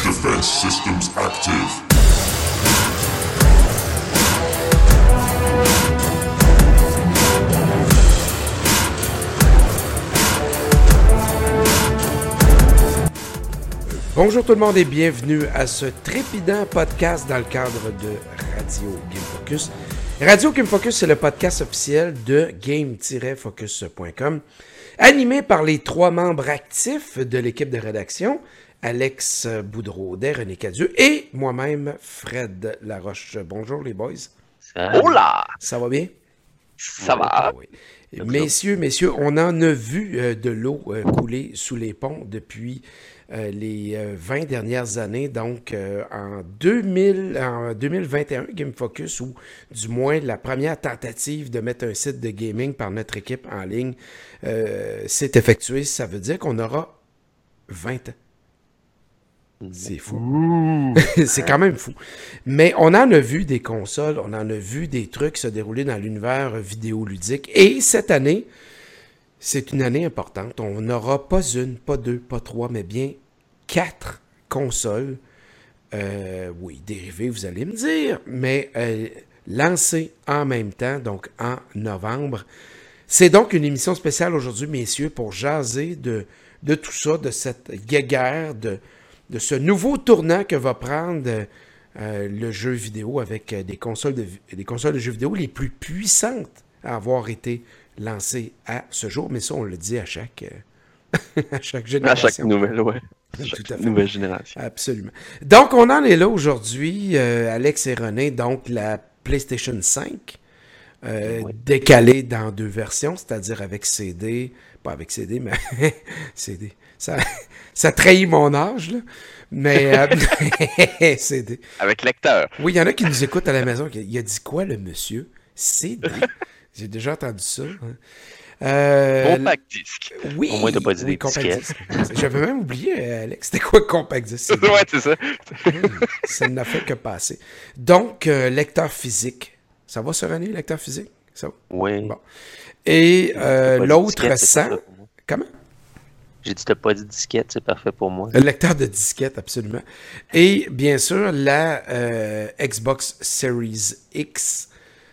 Defense systems active. Bonjour tout le monde et bienvenue à ce trépidant podcast dans le cadre de Radio Game Focus. Radio Game Focus, c'est le podcast officiel de game-focus.com, animé par les trois membres actifs de l'équipe de rédaction, Alex Boudreaudet, René Cadieux et moi-même, Fred Laroche. Bonjour les boys. Hola! Ça va bien? Ça va. Oui. Messieurs, on en a vu de l'eau couler sous les ponts depuis les 20 dernières années. Donc, en 2021, Game Focus, ou du moins la première tentative de mettre un site de gaming par notre équipe en ligne, s'est effectuée. Ça veut dire qu'on aura 20 ans. C'est fou. C'est quand même fou. Mais on en a vu des consoles, on en a vu des trucs se dérouler dans l'univers vidéoludique. Et cette année, c'est une année importante. On n'aura pas une, pas deux, pas trois, mais bien 4 consoles. Oui, dérivées, vous allez me dire, mais lancées en même temps, donc en novembre. C'est donc une émission spéciale aujourd'hui, messieurs, pour jaser de tout ça, de cette guéguerre, de ce nouveau tournant que va prendre le jeu vidéo avec des consoles de jeux vidéo les plus puissantes à avoir été lancées à ce jour. Mais ça, on le dit à chaque génération. À chaque nouvelle, ouais. Tout à fait. Nouvelle génération. Absolument. Donc, on en est là aujourd'hui, Alex et René, donc la PlayStation 5, décalée dans 2 versions, c'est-à-dire avec CD, pas avec CD, mais CD. Ça trahit mon âge, là. Mais CD. Avec lecteur. Oui, il y en a qui nous écoutent à la maison. Il a dit quoi, le monsieur? CD. J'ai déjà entendu ça. Compact disque. Oui. Au moins, t'as pas dit des compact disquettes. disque. J'avais même oublié, Alex. C'était quoi compact disque? Ouais, c'est ça. Ça n'a fait que passer. Donc, lecteur physique. Ça va, ce René, lecteur physique? Ça va? Oui. Bon. Et l'autre disquette, c'est sans... parfait pour moi. Comment? J'ai dit, t'as pas dit disquette, c'est parfait pour moi. Le lecteur de disquette, absolument. Et bien sûr, la Xbox Series X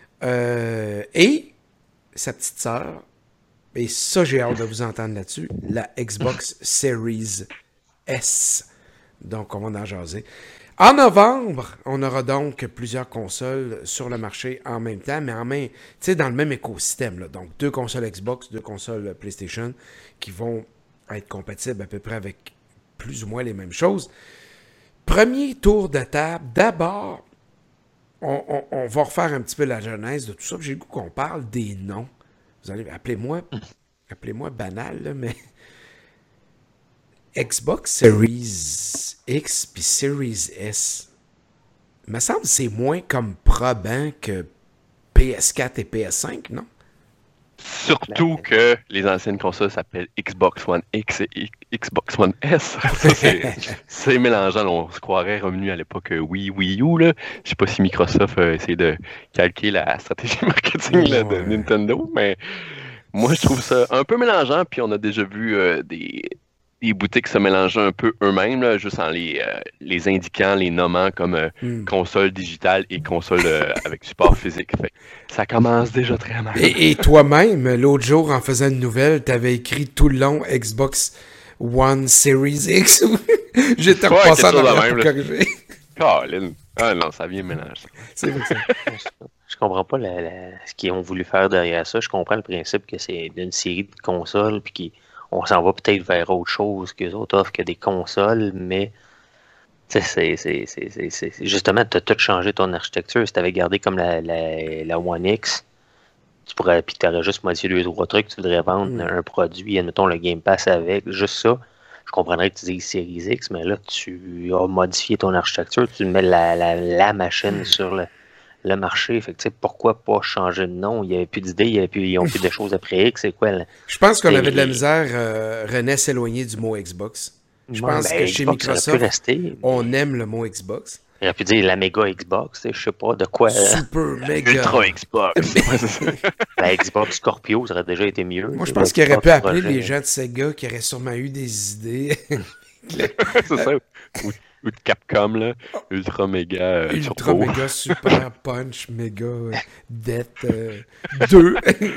et sa petite sœur, et ça, j'ai hâte de vous entendre là-dessus, la Xbox Series S. Donc, on va en jaser. En novembre, on aura donc plusieurs consoles sur le marché en même temps, mais dans le même écosystème, là. Donc, 2 consoles Xbox, 2 consoles PlayStation qui vont être compatibles à peu près avec plus ou moins les mêmes choses. Premier tour de table. D'abord, on va refaire un petit peu la genèse de tout ça. J'ai le goût qu'on parle des noms. Vous allez appelez-moi banal, là, mais Xbox Series X puis Series S, il me semble que c'est moins comme probant que PS4 et PS5, non? Surtout que les anciennes consoles s'appellent Xbox One X et Xbox One S. Ça, c'est mélangeant. Là. On se croirait revenu à l'époque Wii U. Là. Je sais pas si Microsoft a essayé de calquer la stratégie marketing là, de Nintendo, mais moi, je trouve ça un peu mélangeant. Puis on a déjà vu des boutiques se mélanger un peu eux-mêmes, là, juste en les indiquant, les nommant comme console digitale et console avec support physique. Fait, ça commence déjà très mal. Et toi-même, l'autre jour, en faisant une nouvelle, t'avais écrit tout le long Xbox One Series X. J'étais repassé en arrière pour corriger. Colin. Ah non, ça vient mélanger. C'est vrai que ça. Je comprends pas ce qu'ils ont voulu faire derrière ça. Je comprends le principe que c'est d'une série de consoles puis on s'en va peut-être vers autre chose qu'eux autres offrent que des consoles, mais c'est justement, tu as tout changé ton architecture. Si tu avais gardé comme la One X, tu pourrais, puis tu aurais juste modifié 2-3 trucs, tu voudrais vendre un produit, admettons le Game Pass avec, juste ça. Je comprendrais que tu dises Series X, mais là, tu as modifié ton architecture, tu mets la machine sur le marché. Fait que, pourquoi pas changer de nom? Il n'y avait plus d'idées, ils n'ont plus de choses après X. C'est quoi? Je pense qu'on avait de la misère, René, s'éloigner du mot Xbox. Je pense que chez Microsoft, on aime le mot Xbox. Il aurait pu dire la méga Xbox, je sais pas de quoi. Super méga. Ultra Xbox. La Xbox Scorpio, ça aurait déjà été mieux. Moi, je pense qu'il aurait pu appeler les gens de Sega qui auraient sûrement eu des idées. C'est ça. Ou de Capcom, là. Ultra méga Ultra turbo. méga super punch méga death 2.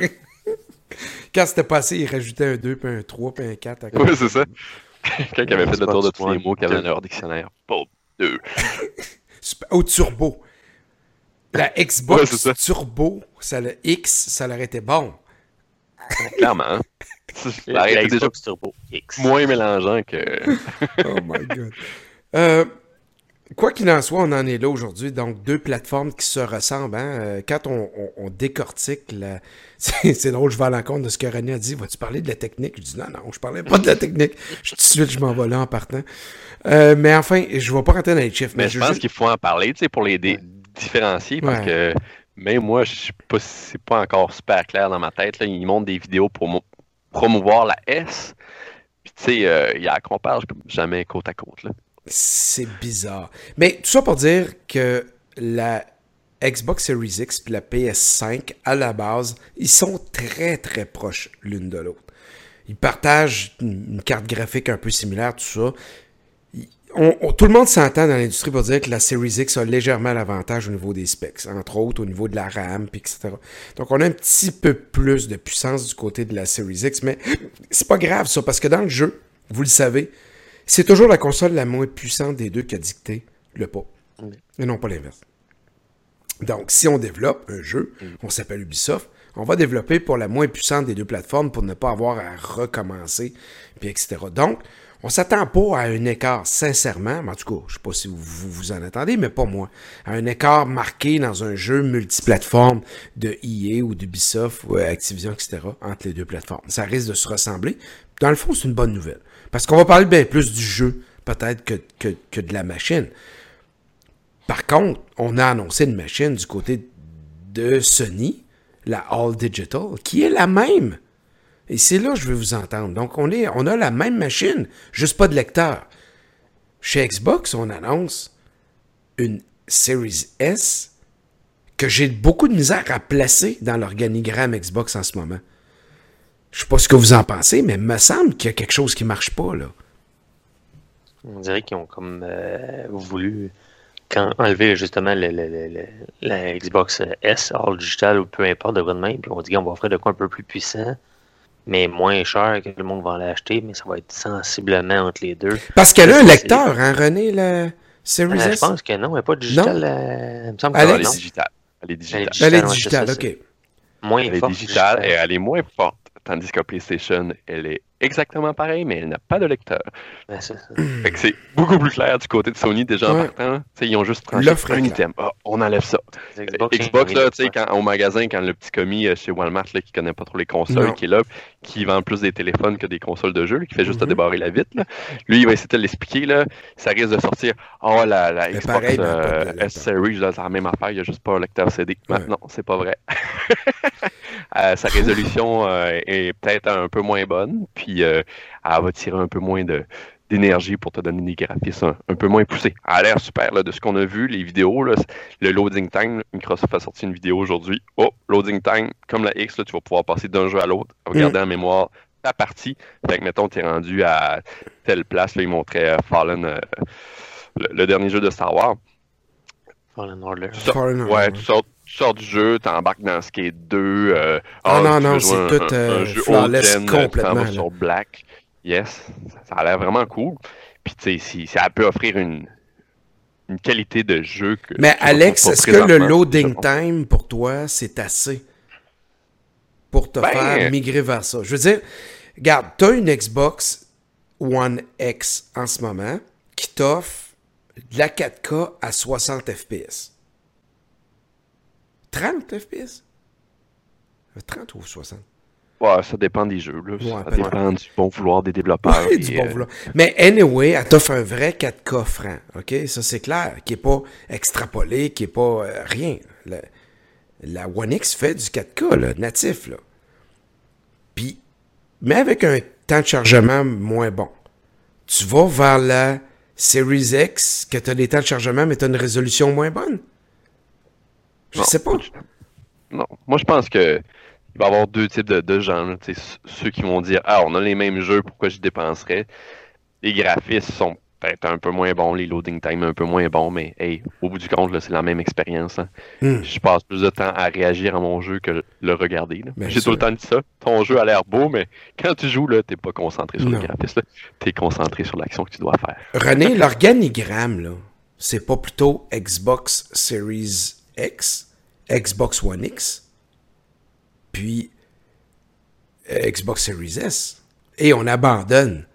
Quand c'était passé, il rajoutait un 2, puis un 3, puis un 4. Ouais, c'est ça. Quand il avait fait le tour de tous les Xbox mots qu'il y avait One dans leur dictionnaire. Pauvre 2. Au turbo. La Ouais, Xbox c'est ça. Turbo, le X, ça leur était bon. Clairement. Hein. Ça aurait La été déjà Xbox Turbo X. moins mélangeant que. Oh my God. Quoi qu'il en soit, on en est là aujourd'hui. Donc, deux plateformes qui se ressemblent. Hein? Quand on décortique la... C'est drôle, je vais à l'encontre de ce que René a dit. Vas-tu parler de la technique? Je dis non, je parlais pas de la technique. Tout de suite, je m'en vais là en partant. Mais enfin, je ne vais pas rentrer dans les chiffres. Mais je pense qu'il faut en parler, tu sais, pour les différencier, parce Ouais. que même moi, je sais pas si c'est pas encore super clair dans ma tête. Là. Ils montrent des vidéos pour promouvoir la S. Puis tu sais, il y a qu'on parle jamais côte à côte. Là. C'est bizarre. Mais tout ça pour dire que la Xbox Series X et la PS5, à la base, ils sont très, très proches l'une de l'autre. Ils partagent une carte graphique un peu similaire, tout ça. Tout le monde s'entend dans l'industrie pour dire que la Series X a légèrement l'avantage au niveau des specs, entre autres au niveau de la RAM, etc. Donc on a un petit peu plus de puissance du côté de la Series X, mais c'est pas grave ça, parce que dans le jeu, vous le savez, c'est toujours la console la moins puissante des deux qui a dicté le pas, et non pas l'inverse. Donc, si on développe un jeu, on s'appelle Ubisoft, on va développer pour la moins puissante des deux plateformes pour ne pas avoir à recommencer, puis etc. Donc, on s'attend pas à un écart, sincèrement, mais en tout cas, je sais pas si vous en attendez, mais pas moi, à un écart marqué dans un jeu multiplateforme de EA ou d'Ubisoft ou Activision, etc., entre les deux plateformes. Ça risque de se ressembler. Dans le fond, c'est une bonne nouvelle. Parce qu'on va parler bien plus du jeu, peut-être, que de la machine. Par contre, on a annoncé une machine du côté de Sony, la All Digital, qui est la même. Et c'est là que je veux vous entendre. Donc, on a la même machine, juste pas de lecteur. Chez Xbox, on annonce une Series S que j'ai beaucoup de misère à placer dans l'organigramme Xbox en ce moment. Je sais pas ce que vous en pensez, mais il me semble qu'il y a quelque chose qui marche pas, là. On dirait qu'ils ont comme voulu enlever justement la Xbox S, All Digital ou peu importe de quoi de même, puis on dit qu'on va offrir de quoi un peu plus puissant, mais moins cher que le monde va l'acheter, mais ça va être sensiblement entre les deux. Parce qu'elle a un lecteur, hein, René, la Series S? Je pense que non, elle n'est pas digitale. Il me semble que Elle Alex? est non. digitale. Elle est digitale. Elle est ouais, digitale, c'est ça, ok. Moins Elle est forte. digitale et elle est moins forte. Tandis que PlayStation, elle est exactement pareille, mais elle n'a pas de lecteur. Ouais, c'est ça. Fait que c'est beaucoup plus clair du côté de Sony déjà en Ouais. partant. T'sais, ils ont juste tranché L'offre est un claire. item. Ah, on enlève ça. Xbox, là, tu sais, au magasin, quand le petit commis chez Walmart, là, qui connaît pas trop les consoles, Non. qui est là, qui vend plus des téléphones que des consoles de jeu, là, qui fait juste à Mhm. débarrer la vitre, là. Lui, il va essayer de l'expliquer, là. Ça risque de sortir. Oh, la Mais Xbox pareil, mais pas de lecteur. S-Series, là, c'est la même affaire, il n'y a juste pas un lecteur CD. Ouais. Non, c'est pas vrai. Sa résolution est peut-être un peu moins bonne, puis elle va tirer un peu moins d'énergie pour te donner des graphismes un peu moins poussés. Elle a l'air super là, de ce qu'on a vu, les vidéos, là, le loading time. Microsoft a sorti une vidéo aujourd'hui. Oh, loading time, comme la X, là, tu vas pouvoir passer d'un jeu à l'autre, regarder en mémoire ta partie. Fait que, mettons, tu es rendu à telle place, là, ils montraient Fallen, le dernier jeu de Star Wars. Fallen Order. Fallen Order, Ouais, ouais. tu sors du jeu, t'embarques dans Skate 2. non, tu veux jouer c'est tout un jeu flawless old gen, tu t'en complètement, vas là. sur Black. Yes, ça a l'air vraiment cool. Puis tu sais, si ça peut offrir une qualité de jeu que. Mais je Alex, retrouve pas est-ce que le présentement, loading c'est bon. time pour toi, c'est assez pour te Ben, faire migrer vers ça? Je veux dire, regarde, tu as une Xbox One X en ce moment qui t'offre de la 4K à 60 FPS. 30 FPS? 30 ou 60? Ouais, ça dépend des jeux. Là. Ouais, Ça peut-être. dépend du bon vouloir des développeurs. Oui, puis, du bon vouloir. Mais anyway, elle t'offre un vrai 4K franc, OK? Ça, c'est clair, qui n'est pas extrapolé, qui n'est pas rien. La One X fait du 4K, là, natif, là. Puis, mais avec un temps de chargement moins bon. Tu vas vers la Series X, que tu as des temps de chargement, mais tu as une résolution moins bonne? Je Non, sais pas. Non, moi je pense que il va y avoir deux types de gens. Là. Ceux qui vont dire ah, on a les mêmes jeux, pourquoi je dépenserais? Les graphismes sont peut-être un peu moins bon, les loading times un peu moins bons, mais hey, au bout du compte, là, c'est la même expérience. Hein. Je passe plus de temps à réagir à mon jeu que le regarder. J'ai tout le temps dit ça. Ton jeu a l'air beau, mais quand tu joues, t'es pas concentré sur le graphisme. T'es concentré sur l'action que tu dois faire. René, l'organigramme, là, c'est pas plutôt Xbox Series X, Xbox One X, puis Xbox Series S. Et on abandonne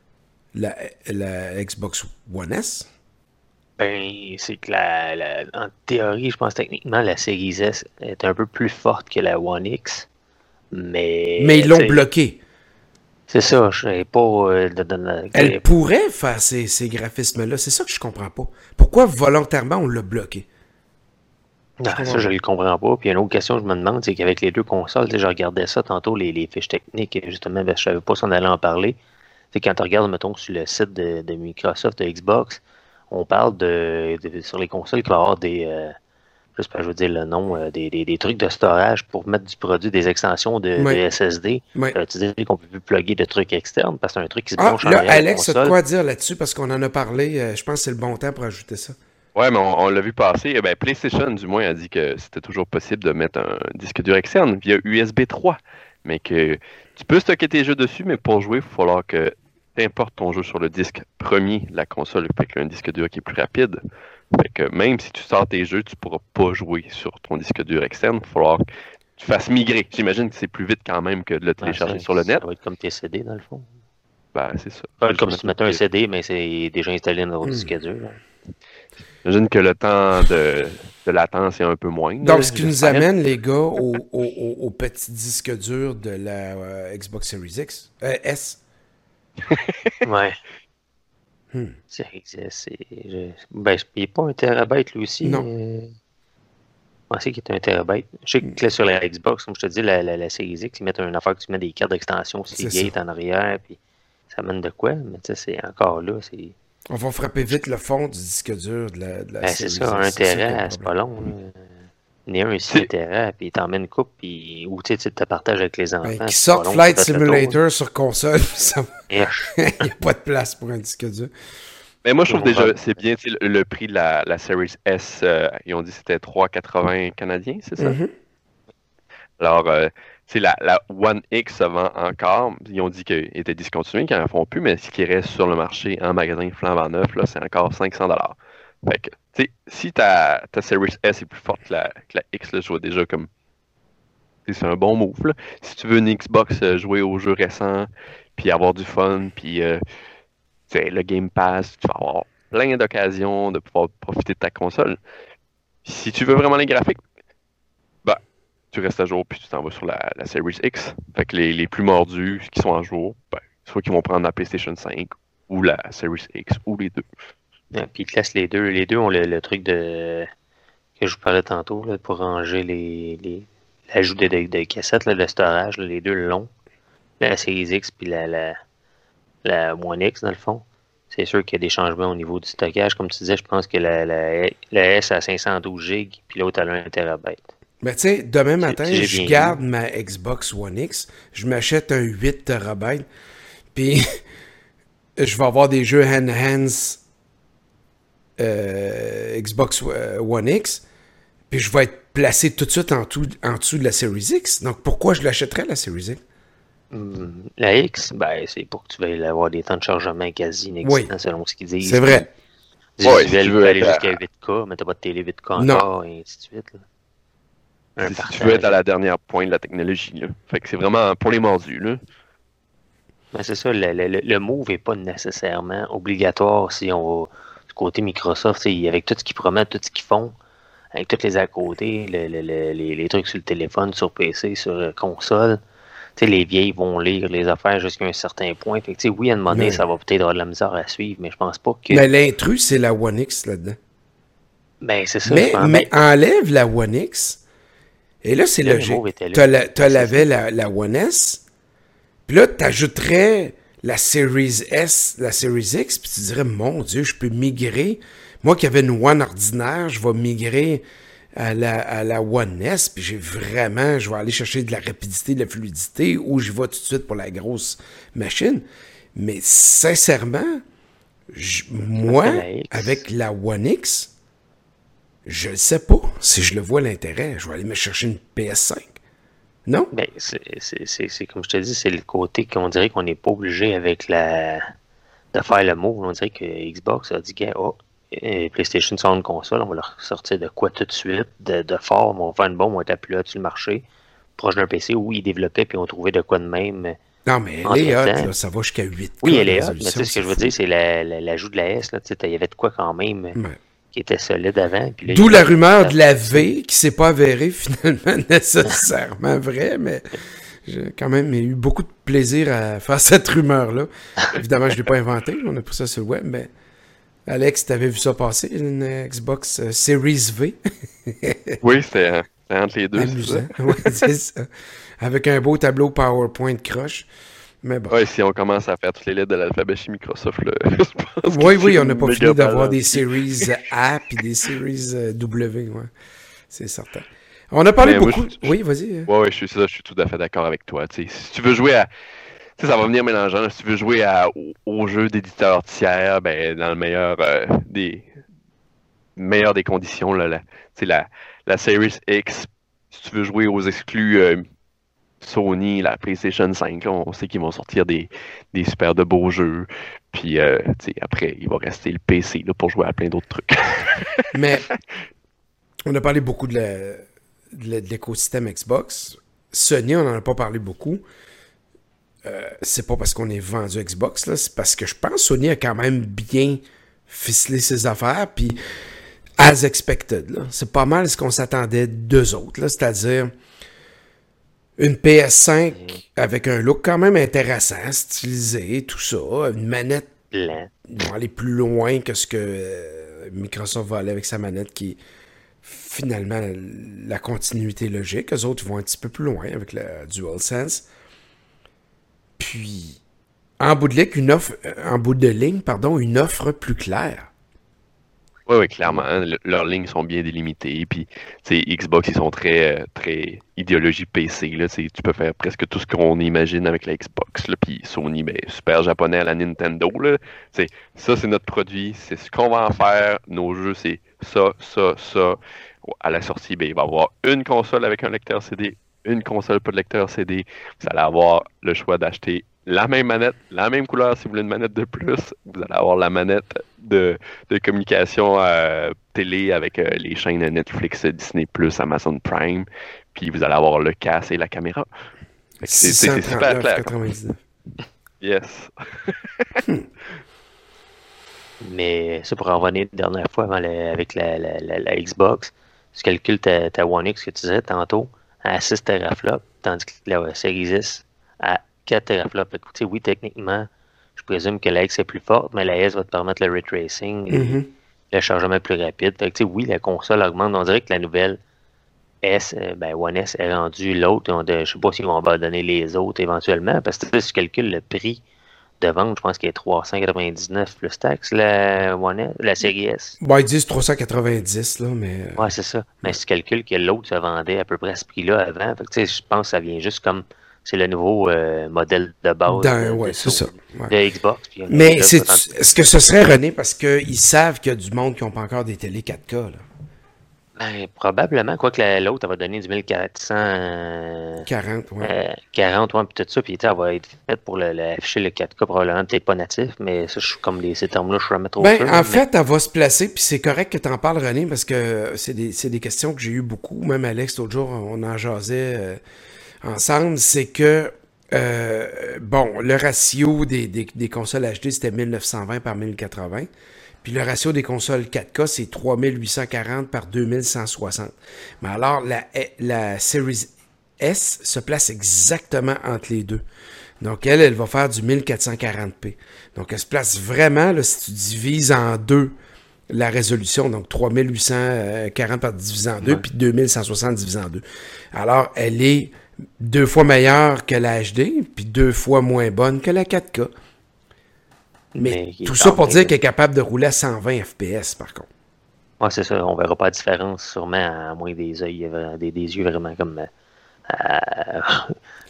la Xbox One S? Ben, c'est que en théorie, je pense techniquement, la Series S est un peu plus forte que la One X. Mais ils l'ont bloqué. C'est ça, je sais pas. Elle pourrait faire ces graphismes-là. C'est ça que je comprends pas. Pourquoi volontairement on l'a bloqué? Non, ça, je le comprends pas. Puis une autre question que je me demande, c'est qu'avec les deux consoles, je regardais ça tantôt, les fiches techniques, justement, je savais pas si on allait en parler. C'est quand tu regardes, mettons, sur le site de Microsoft, de Xbox, on parle sur les consoles qu'il va y avoir je veux dire le nom, des trucs de storage pour mettre du produit, des extensions de SSD. Tu dis qu'on peut plus plugger de trucs externes parce que c'est un truc qui se branche en arrière. Alex, a de quoi dire là-dessus parce qu'on en a parlé. Je pense que c'est le bon temps pour ajouter ça. Ouais, mais on l'a vu passer. PlayStation, du moins, a dit que c'était toujours possible de mettre un disque dur externe via USB 3. Mais que tu peux stocker tes jeux dessus, mais pour jouer, il va falloir que tu importes ton jeu sur le disque premier de la console, avec un disque dur qui est plus rapide. Fait que même si tu sors tes jeux, tu ne pourras pas jouer sur ton disque dur externe. Il va falloir que tu fasses migrer. J'imagine que c'est plus vite quand même que de le télécharger sur le net. Ça va être comme tes CD, dans le fond. C'est ça. Comme si tu mettais un CD, mais c'est déjà installé dans ton disque dur. J'imagine que le temps de latence est un peu moins. Donc, ce qui nous amène, les gars, au petit disque dur de la Xbox Series X. S. Ouais. Series S, il n'est pas un terabyte, lui aussi. Non. Je pensais qu'il était un terabyte. Je sais que là, sur la Xbox, comme je te dis, la Series X, ils mettent une affaire que tu mets des cartes d'extension, Seagate en arrière, puis ça mène de quoi? Mais tu sais, c'est encore là, c'est... On va frapper vite le fond du disque dur de la c'est ça, 1 Tera, c'est pas long. Ni un 6 Tera, puis t'en mets une coupe, puis ou tu te partages avec les enfants. Qui sortent Flight Simulator sur console, il n'y a pas de place pour un disque dur. Mais moi, je trouve déjà, c'est bien le prix de la Series S, ils ont dit que c'était 3,80 canadiens, c'est ça? Alors, la One X se vend encore. Ils ont dit qu'elle était discontinuée, qu'ils n'en font plus, mais ce qui reste sur le marché en magasin flambant neuf, là, c'est encore 500 $. Fait que, tu sais, si ta Series S est plus forte que la X, là, je vois déjà comme... C'est un bon move, là. Si tu veux une Xbox, jouer aux jeux récents, puis avoir du fun, puis le Game Pass, tu vas avoir plein d'occasions de pouvoir profiter de ta console. Si tu veux vraiment les graphiques, tu restes à jour puis tu t'en vas sur la Series X. Fait que les plus mordus qui sont à jour, soit qu'ils vont prendre la PlayStation 5 ou la Series X ou les deux. Puis ils te laissent les deux. Les deux ont le truc que je vous parlais tantôt là, pour ranger l'ajout de cassettes, là, le storage, là, les deux l'ont. La Series X puis la One X dans le fond. C'est sûr qu'il y a des changements au niveau du stockage. Comme tu disais, je pense que la S a 512 GB puis l'autre a 1 TB. Mais tu sais, demain matin, je garde ma Xbox One X, je m'achète un 8 TB, puis je vais avoir des jeux enhanced Xbox One X, puis je vais être placé tout de suite en dessous de la Series X. Donc pourquoi je l'achèterais, la Series X? La X, c'est pour que tu veuilles avoir des temps de chargement quasi inexistants selon ce qu'ils disent. C'est vrai. Si tu veux aller jusqu'à 8K, mais t'as pas de télé 8K encore, et ainsi de suite. Là. Si tu veux être à la dernière pointe de la technologie. Là. Fait que c'est vraiment pour les mordus. Là. C'est ça, le move n'est pas nécessairement obligatoire si on va du côté Microsoft, avec tout ce qu'ils promettent, tout ce qu'ils font, avec tous les à côté, les trucs sur le téléphone, sur PC, sur console. Les vieilles vont lire les affaires jusqu'à un certain point. Fait que, oui, à un moment donné, ça va peut-être avoir de la misère à suivre, mais je pense pas que... Mais l'intrus, c'est la One X là-dedans. C'est ça. Mais enlève la One X... Et là, c'est logique. Tu avais la One S, puis là, tu ajouterais la Series S, la Series X, puis tu dirais, mon Dieu, je peux migrer. Moi qui avais une One ordinaire, je vais migrer à la One S, puis je vais aller chercher de la rapidité, de la fluidité, ou je vais tout de suite pour la grosse machine. Mais sincèrement, Moi, La X. avec la One X, je ne sais pas si je le vois l'intérêt. Je vais aller me chercher une PS5. Non? Ben, c'est comme je te dis, c'est le côté qu'on dirait qu'on n'est pas obligé avec de faire le mot. On dirait que Xbox a dit que PlayStation sort une console, on va leur sortir de quoi tout de suite, de fort, on va faire une bombe, on va être appelé là sur le marché, proche d'un PC où ils développaient puis on trouvait de quoi de même. Non, mais elle est hot, là, ça va jusqu'à 8K. Oui, elle est hot, mais tu sais, ce que je veux dire, c'est l'ajout de la S. Il y avait de quoi quand même qui était solide avant. D'où la rumeur de la V qui s'est pas avérée finalement nécessairement vraie, mais j'ai quand même eu beaucoup de plaisir à faire cette rumeur-là. Évidemment, je ne l'ai pas inventée, on a pris ça sur le web, mais Alex, tu avais vu ça passer, une Xbox Series V? Oui, c'était entre les deux. Amusant, oui, c'est ça. Avec un beau tableau PowerPoint croche. Mais bon. Oui, si on commence à faire toutes les lettres de l'alphabet chez Microsoft, là, je pense oui, on n'a pas fini d'avoir des Series A et des Series W, ouais. C'est certain. On a parlé beaucoup... Oui, vas-y. Oui, je suis tout à fait d'accord avec toi. T'sais, si tu veux jouer à... ça va venir mélangeant. Si tu veux jouer aux jeux d'éditeurs tiers, ben, dans le meilleur des conditions, là, la Series X, si tu veux jouer aux exclus Sony, la PlayStation 5, là, on sait qu'ils vont sortir des super de beaux jeux. Puis après, il va rester le PC là, pour jouer à plein d'autres trucs. Mais on a parlé beaucoup de l'écosystème Xbox. Sony, on n'en a pas parlé beaucoup. C'est pas parce qu'on est vendu Xbox, là, c'est parce que je pense que Sony a quand même bien ficelé ses affaires, puis as expected, là. C'est pas mal ce qu'on s'attendait d'eux autres, là, c'est-à-dire une PS5 avec un look quand même intéressant, stylisé, tout ça, une manette vont aller plus loin que ce que Microsoft va aller avec sa manette qui est finalement la continuité logique. Eux autres vont un petit peu plus loin avec la DualSense. Puis, en bout de ligne, une offre plus claire. Oui, clairement. Leurs lignes sont bien délimitées. Puis, Xbox, ils sont très, très idéologie PC. Là, tu peux faire presque tout ce qu'on imagine avec la Xbox. Là. Puis Sony, ben, super japonais à la Nintendo. Là. Ça, c'est notre produit. C'est ce qu'on va en faire. Nos jeux, c'est ça. À la sortie, ben, il va y avoir une console avec un lecteur CD, une console pas de lecteur CD. Vous allez avoir le choix d'acheter la même manette, la même couleur si vous voulez une manette de plus. Vous allez avoir la manette de communication télé avec les chaînes Netflix, Disney+, Amazon Prime. Puis vous allez avoir le casque et la caméra. C'est super clair. 99. Yes. Mais ça, pour en revenir la dernière fois avec la Xbox, tu calcules ta One X que tu disais tantôt à 6 teraflops, tandis que la Series S à 4 teraflops. Écoutez, oui, techniquement, je présume que la X est plus forte, mais la S va te permettre le ray tracing et le chargement plus rapide. Fait que, oui, la console augmente. On dirait que la nouvelle One S est rendue l'autre. Je ne sais pas s'ils vont abandonner les autres éventuellement, parce que si tu calcules le prix de vente, je pense qu'il est 399 plus taxes, la série S. Bon, ils disent 390, là, mais... Ouais, c'est ça. Mais si tu calcules que l'autre se vendait à peu près à ce prix-là avant, je pense que ça vient juste comme... C'est le nouveau modèle de base c'est ça. Ouais. De Xbox. Mais est-ce que ce serait, René, parce qu'ils savent qu'il y a du monde qui n'ont pas encore des télé 4K, là? Ben, probablement, quoique l'autre, elle va donner du 1440, 40, ouais, puis tout ça, puis elle va être faite pour afficher le 4K, probablement peut-être pas natif, mais ça, je suis comme ces termes-là, je suis jamais trop sûr. En fait, elle va se placer, puis c'est correct que tu en parles, René, parce que c'est des questions que j'ai eues beaucoup, même Alex, l'autre jour, on en jasait ensemble, c'est que, le ratio des consoles HD, c'était 1920 par 1080, puis le ratio des consoles 4K, c'est 3840 par 2160. Mais alors, la Series S se place exactement entre les deux. Donc, elle va faire du 1440p. Donc, elle se place vraiment, là, si tu divises en deux la résolution, donc 3840 par divisé en deux, puis 2160 divisé en deux. Alors, elle est 2 fois meilleure que la HD, puis 2 fois moins bonne que la 4K. Mais tout ça pour dire qu'elle est capable de rouler à 120 FPS, par contre. Ouais, c'est ça. On verra pas la différence, sûrement, à moins des yeux, des yeux vraiment comme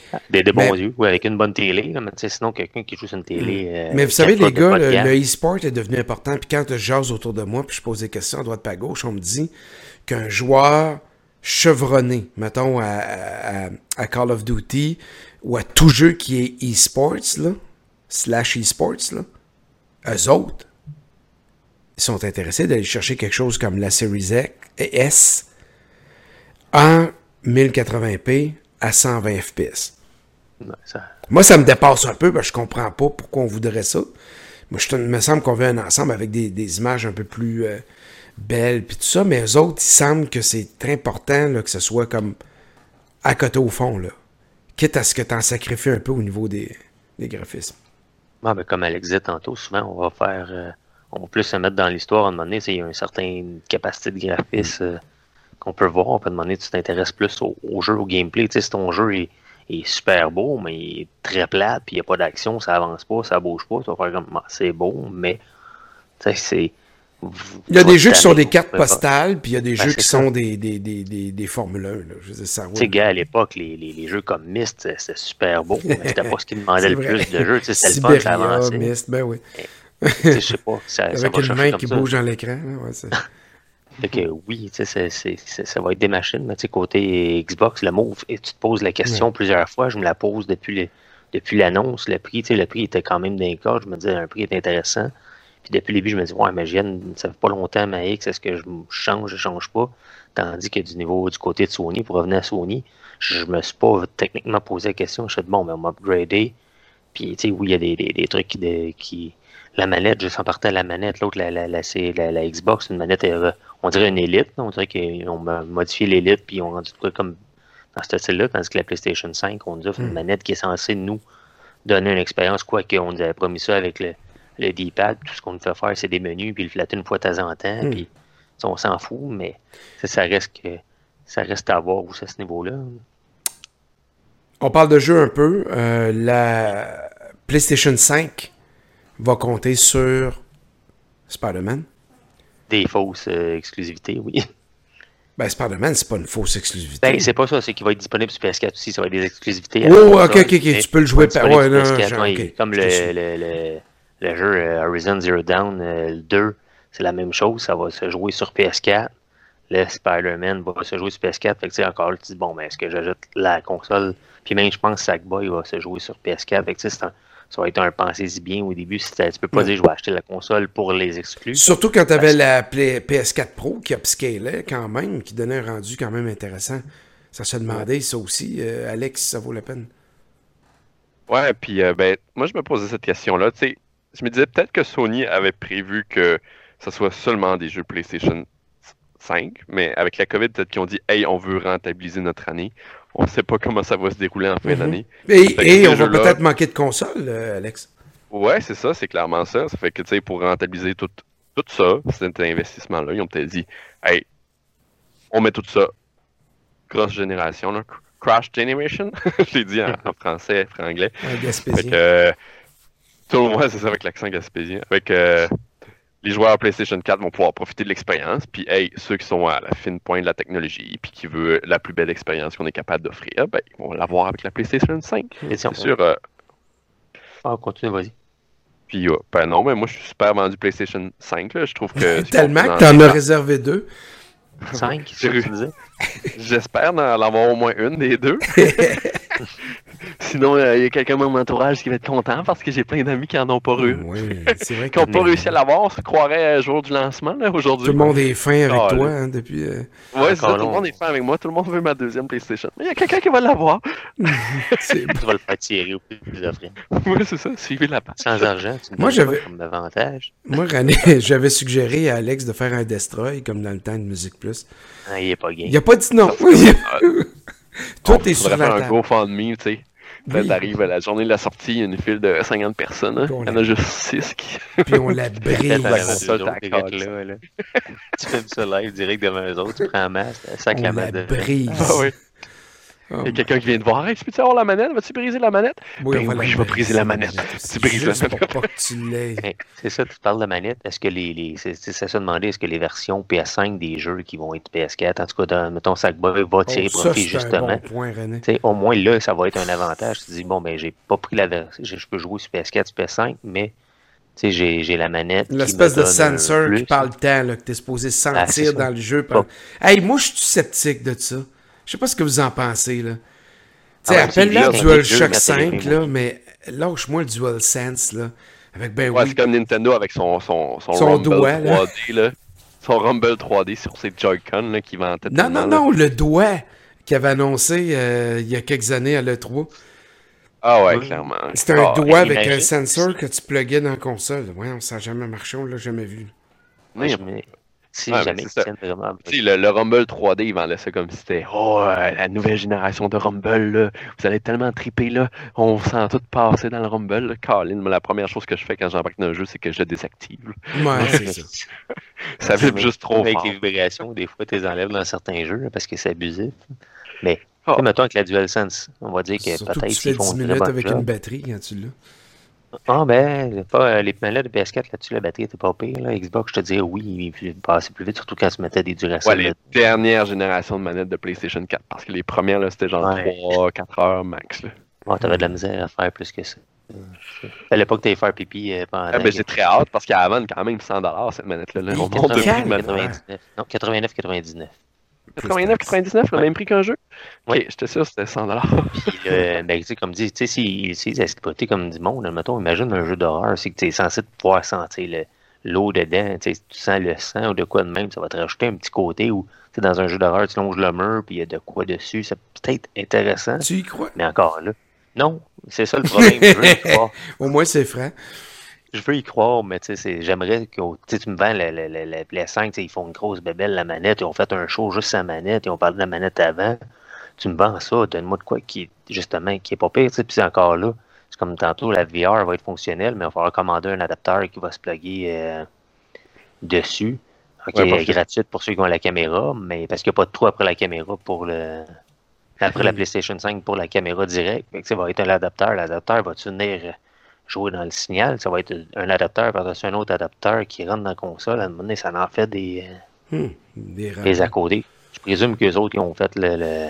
Des bons yeux, ou avec une bonne télé. Là, mais sinon, quelqu'un qui joue sur une télé. Mais vous savez, les gars, le le e-sport est devenu important. Puis quand je jase autour de moi, puis je pose des questions à droite pas à gauche, on me dit qu'un joueur chevronné, mettons, à Call of Duty ou à tout jeu qui est e-sports, là, / e-sports, là, eux autres, ils sont intéressés d'aller chercher quelque chose comme la Series S en 1080p à 120 fps. Ouais, Moi, ça me dépasse un peu, je comprends pas pourquoi on voudrait ça. Moi, il me semble qu'on veut un ensemble avec des images un peu plus belles, puis tout ça, mais eux autres, il semble que c'est très important là, que ce soit comme à côté au fond, là. Quitte à ce que tu en sacrifies un peu au niveau des graphismes. Ouais, mais comme Alex disait tantôt, souvent, on va plus se mettre dans l'histoire. À un moment donné, il y a une certaine capacité de graphisme qu'on peut voir. On peut demander tu t'intéresses plus au jeu, au gameplay. Si ton jeu est super beau, mais il est très plat, puis il n'y a pas d'action, ça avance pas, ça bouge pas, tu vas faire comme c'est beau, mais c'est. Il y a des jeux qui sont des cartes postales, puis il y a des jeux qui sont des Formule 1. Là. Je veux dire, ça tu sais, gars, à l'époque, les jeux comme Myst, c'était super beau, mais c'était pas ce qui demandait le plus de jeux. C'était le fun, ça avançait. Myst, ben oui. Je sais pas. Avec une main qui bouge dans l'écran. Ouais, fait que oui, ça va être des machines, mais côté Xbox, le move, et tu te poses la question plusieurs fois, je me la pose depuis l'annonce, le prix était quand même d'un cas, je me disais, un prix est intéressant. Puis depuis le début, je me dis, ouais, mais ça fait pas longtemps, ma X, est-ce que je change pas? Tandis que du côté de Sony, pour revenir à Sony, je me suis pas techniquement posé la question. Je me suis dit, bon, mais on m'a upgradé. Puis, oui, il y a des trucs qui la manette, juste en partant la manette, l'autre, la Xbox, une manette, on dirait une Elite. On dirait qu'ils ont modifié l'Elite, puis ils ont rendu quoi comme dans ce style-là, tandis que la PlayStation 5, on nous offre une manette qui est censée nous donner une expérience, quoique on nous avait promis ça avec le D-pad, tout ce qu'on nous fait faire, c'est des menus, puis le flatter une fois de temps en temps, puis on s'en fout, mais ça reste à voir où c'est à ce niveau-là. On parle de jeu un peu. La PlayStation 5 va compter sur Spider-Man. Des fausses exclusivités, oui. Ben, Spider-Man, c'est pas une fausse exclusivité. Ben, c'est pas ça, c'est qu'il va être disponible sur PS4 aussi, ça va être des exclusivités. Oh, ok, tu peux le jouer par... Ouais, non, okay. Comme le jeu Horizon Zero Dawn, le 2, c'est la même chose, ça va se jouer sur PS4. Le Spider-Man va se jouer sur PS4. Fait que, encore là, tu dis, bon, mais est-ce que j'ajoute la console? Puis même, je pense que Sackboy va se jouer sur PS4. Fait que, ça va être un pensez-y bien au début. Tu peux pas dire, je vais acheter la console pour les exclus. Surtout quand tu avais la PS4 Pro qui upscalait quand même, qui donnait un rendu quand même intéressant. Ça se demandait, ça aussi, Alex, si ça vaut la peine. Ouais, puis moi, je me posais cette question-là. Tu sais, je me disais peut-être que Sony avait prévu que ça soit seulement des jeux PlayStation 5, mais avec la COVID, peut-être qu'ils ont dit « Hey, on veut rentabiliser notre année. » On ne sait pas comment ça va se dérouler en fin d'année. Et on va peut-être manquer de consoles, Alex. Ouais, c'est ça, c'est clairement ça. Ça fait que, tu sais, pour rentabiliser tout ça, cet investissement-là, ils ont peut-être dit « Hey, on met tout ça cross-génération, là. Crash Generation », je l'ai dit en français, franglais. Gaspésien. Fait que, tout le monde, c'est ça, avec l'accent gaspésien. Avec les joueurs PlayStation 4 vont pouvoir profiter de l'expérience. Puis, hey, ceux qui sont à la fine pointe de la technologie, puis qui veulent la plus belle expérience qu'on est capable d'offrir, ben, ils vont l'avoir avec la PlayStation 5. C'est sûr. Continue, vas-y. Puis, ben non, mais moi, je suis super vendu PlayStation 5. Là. Je trouve que. Tellement que t'en as réservé 2. 5, c'est ce que tu disais? J'espère en avoir au moins une des deux. Sinon, il y a quelqu'un de mon entourage qui va être content parce que j'ai plein d'amis qui en ont pas eu. Oui, c'est vrai qui n'ont pas réussi à l'avoir. On se croirait au jour du lancement, là, aujourd'hui. Tout le monde est fin avec toi, hein, depuis... Ouais, c'est ça, tout le monde est fin avec moi. Tout le monde veut ma deuxième PlayStation. Mais il y a quelqu'un qui va l'avoir. Tu vas le faire tirer au plus offrir. Oui, c'est ça. Suivez la page. Sans argent, tu me donnes comme avantage. Moi, René, j'avais suggéré à Alex de faire un Destroy, comme dans le temps de Musique Plus. Ah, il est pas game. Il a pas dit non. Toi, t'es sur la faire table. un GoFundMe, tu sais. Peut-être arrive à la journée de la sortie, il y a une file de 50 personnes. Hein. Il y en a juste 6 qui... Puis on la brise. Tu fais ça live direct devant eux autres, tu prends un masque, un sac on à la main de... brise. Ah, oui. Il y a quelqu'un qui vient te voir. Hey, tu peux-tu avoir la manette? Vas-tu briser la manette? Oui, Ben oui, je vais briser la manette. Tu brises la Juste manette. pour pas que tu l'aies. Hey, c'est ça, tu parles de manette. Est-ce que c'est ça demander, est-ce que les versions PS5 des jeux qui vont être PS4, en tout cas, mettons, Sackboy va tirer Ça, profit c'est justement. un bon point, René. Tu sais, au moins là, ça va être un avantage. Tu te dis, bon, ben, j'ai pas pris la version, je peux jouer sur PS4, sur PS5, mais tu sais, j'ai la manette. L'espèce qui me de donne un sensor plus. qui parle le temps, là, que t'es supposé c'est sentir ça. dans le jeu. Pas- Hey, moi, je suis sceptique de ça. Je sais pas ce que vous en pensez, là. Tu sais, Ah ouais, appelle-le c'est bien, DualShock mais 5, c'est là, mais lâche-moi le DualSense, là. Avec, ben Ouais, oui, c'est comme Nintendo avec son Rumble doigt, là. 3D, là. Son Rumble 3D sur ses Joy-Con, là, qui vantait Non, tellement, non, là. non, le doigt qu'il avait annoncé il y a quelques années à l'E3. Ah ouais, Oui. clairement. C'était un Ah, doigt avec un imagine. sensor que tu pluguais dans la console. Ouais, ça n'a jamais marché, on l'a jamais vu. Oui, Si Ouais, jamais mais ils c'est ça. tiennent vraiment. tu sais, le Rumble 3D, ils vendaient ça comme si c'était la nouvelle génération de Rumble, là. Vous allez tellement triper, là. On sent tout passer dans le Rumble, là. Colin, moi, la première chose que je fais quand j'embarque dans un jeu, c'est que je le désactive, là. Ouais, c'est ça. Ça vibre juste trop Avec fort. les vibrations, des fois, tu les enlèves dans certains jeux là, parce que c'est abusif. Mais, Ah. tu sais, mettons avec la DualSense, on va dire que Surtout que peut-être tu fais qu'ils font 10 une très minutes bonne avec job. une batterie quand tu l'as. Ah ben, pas, les manettes de PS4 là-dessus, la batterie était pas pire. Là. Xbox, je te dirais oui, il passait plus vite, surtout quand tu mettais des Ouais, Duracell. les dernières générations de manettes de PlayStation 4. Parce que les premières, là, c'était genre Ouais. 3-4 heures max, là. T'avais de la misère à faire plus que ça. Fallait pas que tu ailles faire pipi pendant. Ah, ben, j'ai très hâte parce qu'elle vend quand même 100$ cette manette-là. Là. On monte le prix de manette. 99. Non, 89,99. 89,99$, le même prix qu'un jeu? Ouais. Ok, j'étais sûr que c'était 100$. Puis, ben, tu sais, comme dit, tu sais, s'ils exploitaient comme du monde, mettons, imagine un jeu d'horreur, c'est que tu es censé pouvoir sentir l'eau dedans, tu sais, tu sens le sang ou de quoi de même, ça va te rajouter un petit côté où, tu sais, dans un jeu d'horreur, tu longes le mur, puis il y a de quoi dessus, ça peut être intéressant, Tu y crois? mais encore là, non, c'est ça le problème, je veux y croire. Au moins, c'est franc. Je veux y croire, mais tu sais, j'aimerais que tu me vends la PS5, tu sais, ils font une grosse bébelle, la manette, ils ont fait un show juste sans manette, ils ont parlé de la manette avant. Tu me vends ça, donne-moi de quoi qui est pas pire, tu sais, puis c'est encore là. C'est comme tantôt, la VR va être fonctionnelle, mais il va falloir commander un adapteur qui va se plugger dessus. Ok, Ouais, parce que- gratuite pour ceux qui ont la caméra, mais parce qu'il n'y a pas de trou après la caméra pour après la PlayStation 5 pour la caméra directe. Fait que, ça va être un adapteur. L'adapteur va-tu venir jouer dans le signal? Ça va être un adapteur par-dessus un autre adapteur qui rentre dans la console. À un moment donné, ça en fait des Des à côté. Je présume qu'eux autres, ils ont fait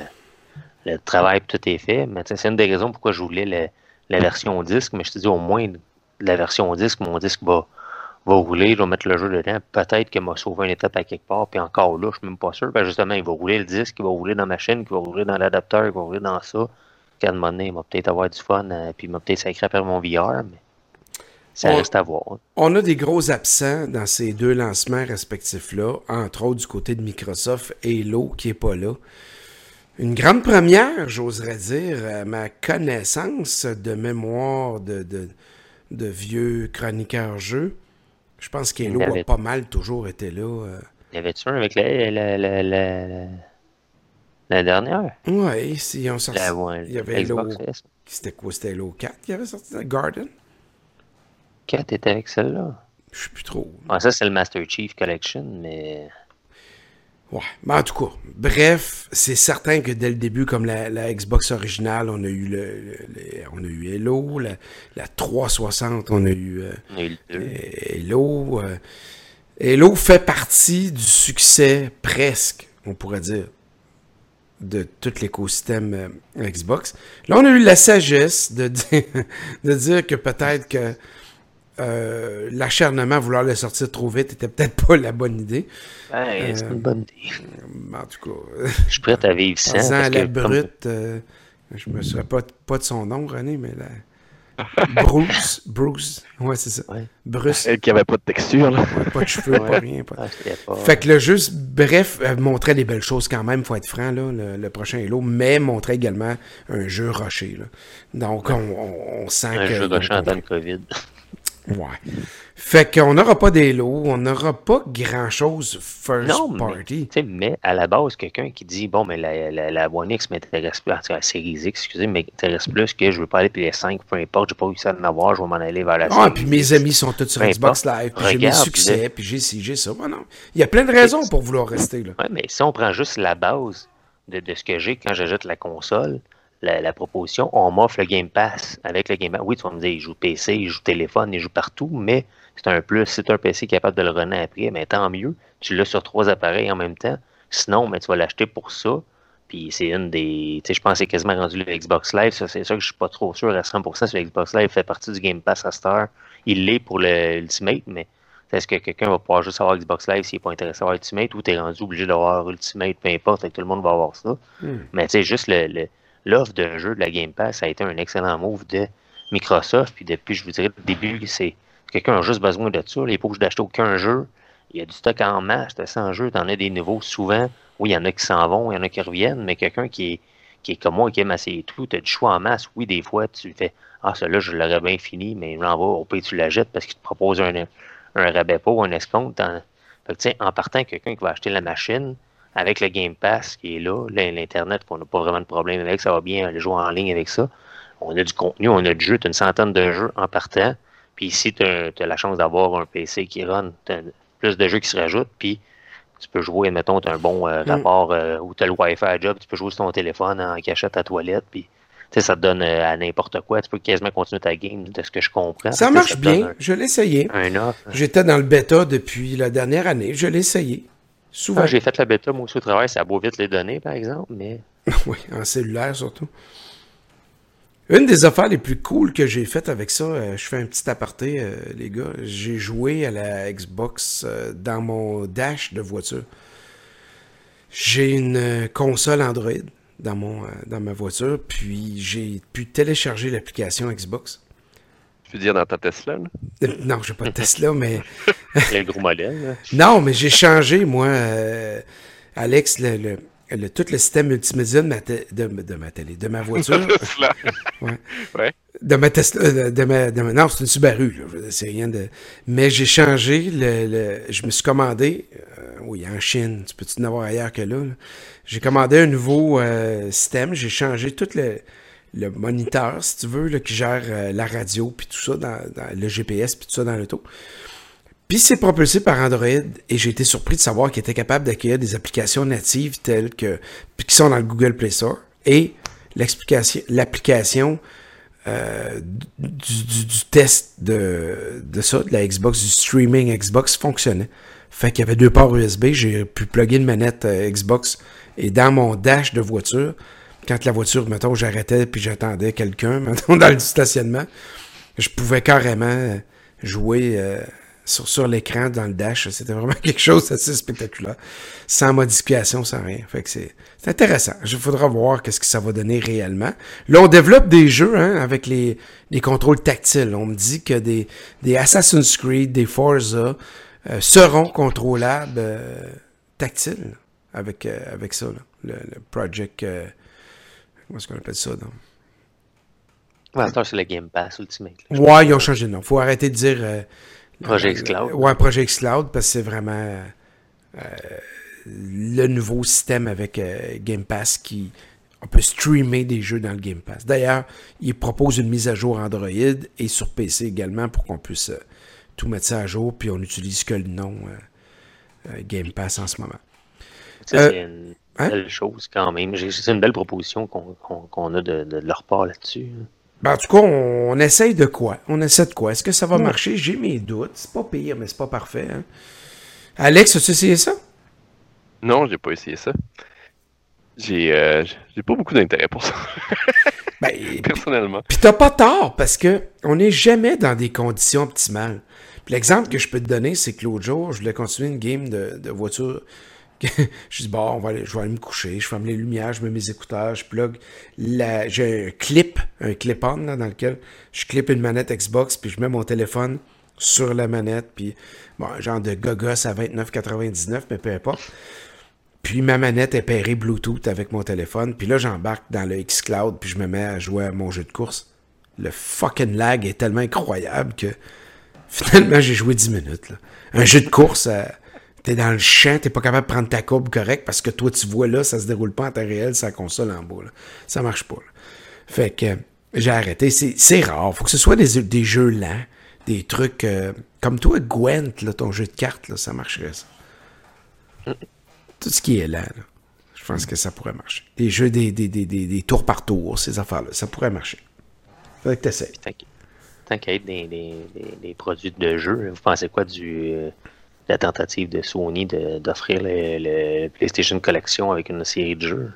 le travail, puis tout est fait. Mais tu sais, c'est une des raisons pourquoi je voulais la version disque. Mais je te dis, au moins, la version disque, mon disque va rouler, je vais mettre le jeu dedans. Peut-être qu'il m'a sauvé une étape à quelque part. Puis encore là, je suis même pas sûr. Ben justement, il va rouler le disque, il va rouler dans ma chaîne, il va rouler dans l'adapteur, il va rouler dans ça. Qu'à un moment donné, il va peut-être avoir du fun, puis il va peut-être sacré après mon VR. Mais ça reste à voir. On a des gros absents dans ces deux lancements respectifs-là, entre autres du côté de Microsoft, Halo qui est pas là. Une grande première, j'oserais dire, à ma connaissance de mémoire de vieux chroniqueurs jeux. Je pense qu'Halo a pas mal toujours été là. Y avait-tu un avec la dernière? Ouais, ils ont sorti. Il y avait Halo. Xbox S. C'était quoi? C'était Halo 4 qui avait sorti dans Garden? 4 était avec celle-là. Je sais plus trop. Ah, ça, c'est le Master Chief Collection, mais. Ouais, mais en tout cas, bref, c'est certain que dès le début, comme la Xbox originale, on a eu on a eu Halo, la 360, on a eu Halo. Halo fait partie du succès, presque, on pourrait dire, de tout l'écosystème Xbox. Là, on a eu la sagesse de dire que peut-être que l'acharnement à vouloir le sortir trop vite était peut-être pas la bonne idée. Ouais, c'est une bonne idée. En tout cas, je suis prêt à vivre sans. Parce à la brute, je me souviens pas de son nom, René, mais Bruce, ouais, c'est ça. Ouais. Bruce. Elle qui avait pas de texture, là. Ouais, pas de cheveux, pas rien. Pas... Fait que le juste, bref, montrait des belles choses quand même, faut être franc, là, le prochain Halo, mais montrait également un jeu rushé, là. Donc, on sent un jeu rushé en temps de COVID. Ouais. Fait qu'on n'aura pas d'Halo, on n'aura pas grand-chose first party. Mais à la base, quelqu'un qui dit, bon, mais la One X m'intéresse plus, en tout cas la Series X, excusez, m'intéresse plus que je veux pas aller PS5, peu importe, j'ai pas eu ça d'en avoir, je vais m'en aller vers la Series puis mes amis sont tous sur Xbox Live, puis j'ai mes succès, puis j'ai ci, j'ai ça. Bon, non. Il y a plein de raisons pour vouloir rester, là. Ouais, mais si on prend juste la base de ce que j'ai quand j'achète la console, la proposition, on m'offre le Game Pass. Avec le Game Pass, oui, tu vas me dire, il joue PC, il joue téléphone, il joue partout, mais c'est un plus. Si tu as un PC capable de le runner après, mais tant mieux. Tu l'as sur 3 appareils en même temps. Sinon, mais tu vas l'acheter pour ça. Puis c'est une des. Tu sais, je pense que c'est quasiment rendu le Xbox Live. Ça, c'est sûr que je suis pas trop sûr à 100% si le Xbox Live fait partie du Game Pass à cette heure. Il l'est pour l'Ultimate, mais est-ce que quelqu'un va pouvoir juste avoir Xbox Live s'il n'est pas intéressé à avoir Ultimate ou tu es rendu obligé d'avoir Ultimate, peu importe, et que tout le monde va avoir ça. Mais tu sais, juste l'offre de jeu de la Game Pass, ça a été un excellent move de Microsoft. Puis depuis, je vous dirais, le début, c'est quelqu'un a juste besoin de ça. Il n'est pas obligé d'acheter aucun jeu. Il y a du stock en masse, de 100 jeux, tu en as des nouveaux souvent. Oui, il y en a qui s'en vont, il y en a qui reviennent, mais quelqu'un qui est comme moi, qui aime assez tout, tu as du choix en masse. Oui, des fois, tu fais ah, celui-là, je l'aurais bien fini, mais j'en va, au pire, tu la jettes parce qu'il te propose un rabais pas ou un escompte. Fait que, en partant, quelqu'un qui va acheter la machine avec le Game Pass qui est là, l'Internet, qu'on n'a pas vraiment de problème avec, ça va bien aller jouer en ligne avec ça. On a du contenu, on a du jeu, tu as une centaine de jeux en partant. Puis ici, tu as la chance d'avoir un PC qui run, tu as plus de jeux qui se rajoutent, puis tu peux jouer, mettons, tu as un bon rapport où tu as le Wi-Fi à job, tu peux jouer sur ton téléphone en cachette à toilette, puis ça te donne à n'importe quoi. Tu peux quasiment continuer ta game, de ce que je comprends. Ça marche bien, je l'ai essayé. J'étais dans le bêta depuis la dernière année, je l'ai essayé. Souvent. J'ai fait la bêta, moi aussi, au travail, ça a beau vite les données, par exemple, mais... Oui, en cellulaire surtout. Une des affaires les plus cool que j'ai faites avec ça, je fais un petit aparté, les gars, j'ai joué à la Xbox dans mon dash de voiture. J'ai une console Android dans ma voiture, puis j'ai pu télécharger l'application Xbox. Tu veux dire dans ta Tesla, là? Non, j'ai pas de Tesla, mais... Le gros modèle, là. Non, mais j'ai changé, moi, Alex, tout le système multimédia de ma voiture. Ouais. Ouais. De ma Tesla, non, c'est une Subaru, là, c'est rien de... Mais j'ai changé, je me suis commandé, oui, en Chine, tu peux-tu en avoir ailleurs que là? J'ai commandé un nouveau système, j'ai changé tout le moniteur, si tu veux, là, qui gère la radio, puis tout ça, dans le GPS, puis tout ça dans l'auto. Puis c'est propulsé par Android, et j'ai été surpris de savoir qu'il était capable d'accueillir des applications natives telles que, puis qui sont dans le Google Play Store, et l'application du test de ça, de la Xbox, du streaming Xbox fonctionnait. Fait qu'il y avait 2 ports USB, j'ai pu plugger une manette Xbox, et dans mon dash de voiture, quand la voiture, mettons, j'arrêtais puis j'attendais quelqu'un, mettons, dans le stationnement, je pouvais carrément jouer sur l'écran dans le dash. C'était vraiment quelque chose d'assez spectaculaire. Sans modification, sans rien. Fait que c'est intéressant. Il faudra voir qu'est-ce que ça va donner réellement. Là, on développe des jeux avec les contrôles tactiles. On me dit que des Assassin's Creed, des Forza seront contrôlables tactiles avec ça. Là. Le Project... comment est-ce qu'on appelle ça? C'est le Game Pass Ultimate. Ouais, ils ont changé de nom. Faut arrêter de dire... Project Cloud. Ouais, Project Cloud, parce que c'est vraiment le nouveau système avec Game Pass qui... On peut streamer des jeux dans le Game Pass. D'ailleurs, ils proposent une mise à jour Android et sur PC également pour qu'on puisse tout mettre ça à jour, puis on n'utilise que le nom Game Pass en ce moment. C'est une belle chose quand même. C'est une belle proposition qu'on a de leur part là-dessus. Ben, en tout cas, on essaye de quoi? On essaie de quoi? Est-ce que ça va marcher? J'ai mes doutes. C'est pas pire, mais c'est pas parfait. Hein? Alex, as-tu essayé ça? Non, j'ai pas essayé ça. J'ai pas beaucoup d'intérêt pour ça. Personnellement. Puis t'as pas tort, parce que on n'est jamais dans des conditions optimales. Puis l'exemple que je peux te donner, c'est que l'autre jour, je voulais continuer une game de voiture. Je dis, bon, je vais aller me coucher, je ferme les lumières, je mets mes écouteurs, je plug. J'ai un clip-on là, dans lequel je clippe une manette Xbox, puis je mets mon téléphone sur la manette, puis bon, genre de gogos à 29,99, mais peu importe. Puis ma manette est pairée Bluetooth avec mon téléphone, puis là, j'embarque dans le xCloud, puis je me mets à jouer à mon jeu de course. Le fucking lag est tellement incroyable que finalement, j'ai joué 10 minutes. Là. Un jeu de course... T'es dans le champ, t'es pas capable de prendre ta courbe correcte parce que toi, tu vois là, ça se déroule pas en temps réel, c'est la console en bas. Là. Ça marche pas. Là. Fait que j'ai arrêté. C'est rare. Faut que ce soit des jeux lents, des trucs comme toi, Gwent, là, ton jeu de cartes, là, ça marcherait ça. Tout ce qui est lent. Là. pense que ça pourrait marcher. Des jeux, des tours par tour, ces affaires-là, ça pourrait marcher. Faudrait que t'essayes. Tant qu'à être des produits de jeu, vous pensez quoi la tentative de Sony d'offrir le PlayStation Collection avec une série de jeux?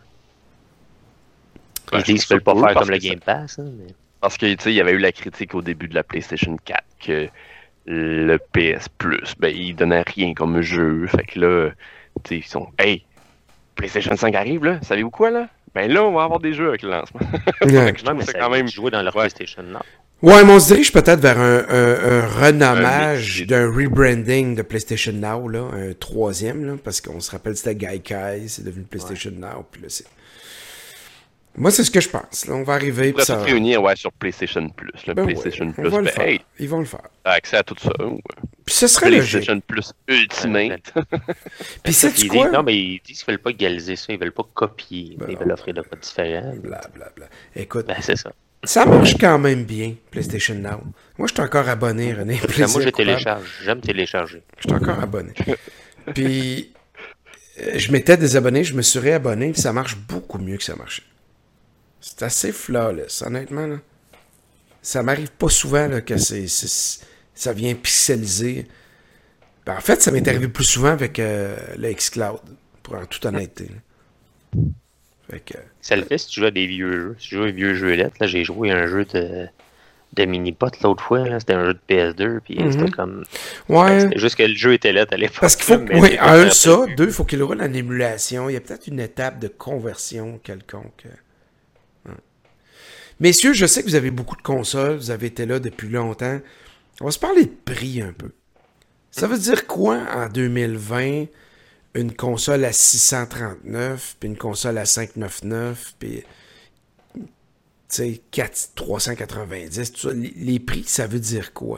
Ils disent qu'ils veulent pas faire comme le Game Pass. Hein, mais... Parce que, tu sais, il y avait eu la critique au début de la PlayStation 4 que le PS Plus, ben, il donnait rien comme jeu. Fait que là, tu sais, ils sont, hey, PlayStation 5 arrive, là, savez-vous quoi, là? Ben là, on va avoir des jeux avec le lancement. Ouais. Non, mais c'est quand même jouer dans leur PlayStation Now. Ouais, mais on se dirige peut-être vers un renommage, d'un rebranding de PlayStation Now, là, un troisième, là, parce qu'on se rappelle c'était Gaikai, c'est devenu PlayStation Now, puis là c'est... Moi, c'est ce que je pense. Là, on va arriver. On pourrait se réunir sur PlayStation Plus. Le PlayStation Plus, on va le faire. Hey, ils vont le faire. Accès à tout ça. Puis ce serait PlayStation Plus Ultimate. Puis c'est quoi? Non, mais ils disent qu'ils veulent pas égaliser ça. Ils veulent pas copier. Ils veulent offrir de quoi différent. Blablabla. Écoute, c'est ça. Ça marche quand même bien, PlayStation Now. Moi, je suis encore abonné, René. Moi, je télécharge. J'aime télécharger. Je suis encore abonné. Puis, je m'étais désabonné, je me suis réabonné, puis ça marche beaucoup mieux que ça marchait. C'est assez flawless, honnêtement. Là. Ça m'arrive pas souvent là, que ça vient pixeliser. Ben, en fait, ça m'est arrivé plus souvent avec le xCloud, pour en toute honnêteté. Fait que, ça le fait si tu joues à des vieux jeux. Si tu joues à des vieux jeux lettres, là, j'ai joué à un jeu de mini-pot l'autre fois. Là. C'était un jeu de PS2, puis c'était comme... Ouais. C'était juste que le jeu était lettre à l'époque. Parce qu'il faut... Oui, un, ça. Deux, il faut qu'il roule en émulation. Il y a peut-être une étape de conversion quelconque. Messieurs, je sais que vous avez beaucoup de consoles, vous avez été là depuis longtemps. On va se parler de prix un peu. Ça veut dire quoi en 2020, une console à 639, puis une console à 599, puis tu sais, 390, tout ça. Les prix, ça veut dire quoi?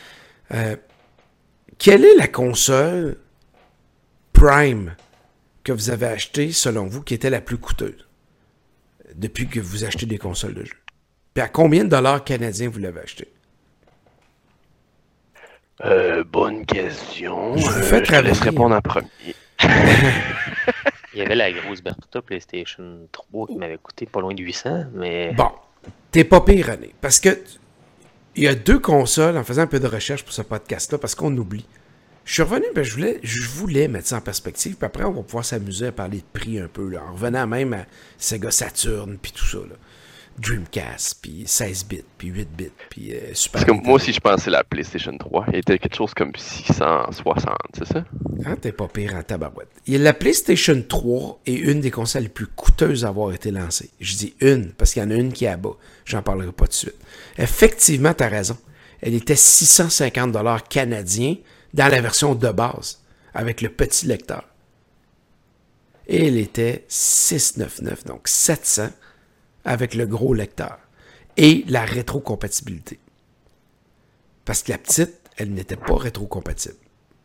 Quelle est la console Prime que vous avez achetée, selon vous, qui était la plus coûteuse depuis que vous achetez des consoles de jeu? Puis à combien de dollars canadiens vous l'avez acheté? Bonne question. Je vous fais te laisse répondre en premier. Il y avait la grosse Bertha PlayStation 3 qui m'avait coûté pas loin de 800, mais... Bon, t'es pas pire, René, parce que il y a deux consoles, en faisant un peu de recherche pour ce podcast-là, parce qu'on oublie. Je suis revenu, ben je voulais mettre ça en perspective, puis après on va pouvoir s'amuser à parler de prix un peu, là, en revenant même à Sega Saturn, puis tout ça, là. Dreamcast, puis 16 bits, puis 8 bits, puis Super. Parce que moi aussi, je pensais la PlayStation 3. Il était quelque chose comme 660, c'est ça? Ah, t'es pas pire en tabarouette. La PlayStation 3 est une des consoles les plus coûteuses à avoir été lancée. Je dis une, parce qu'il y en a une qui est à bas. J'en parlerai pas tout de suite. Effectivement, t'as raison. Elle était 650$ canadiens dans la version de base, avec le petit lecteur. Et elle était 699, donc 700 avec le gros lecteur. Et la rétrocompatibilité. Parce que la petite, elle n'était pas rétrocompatible.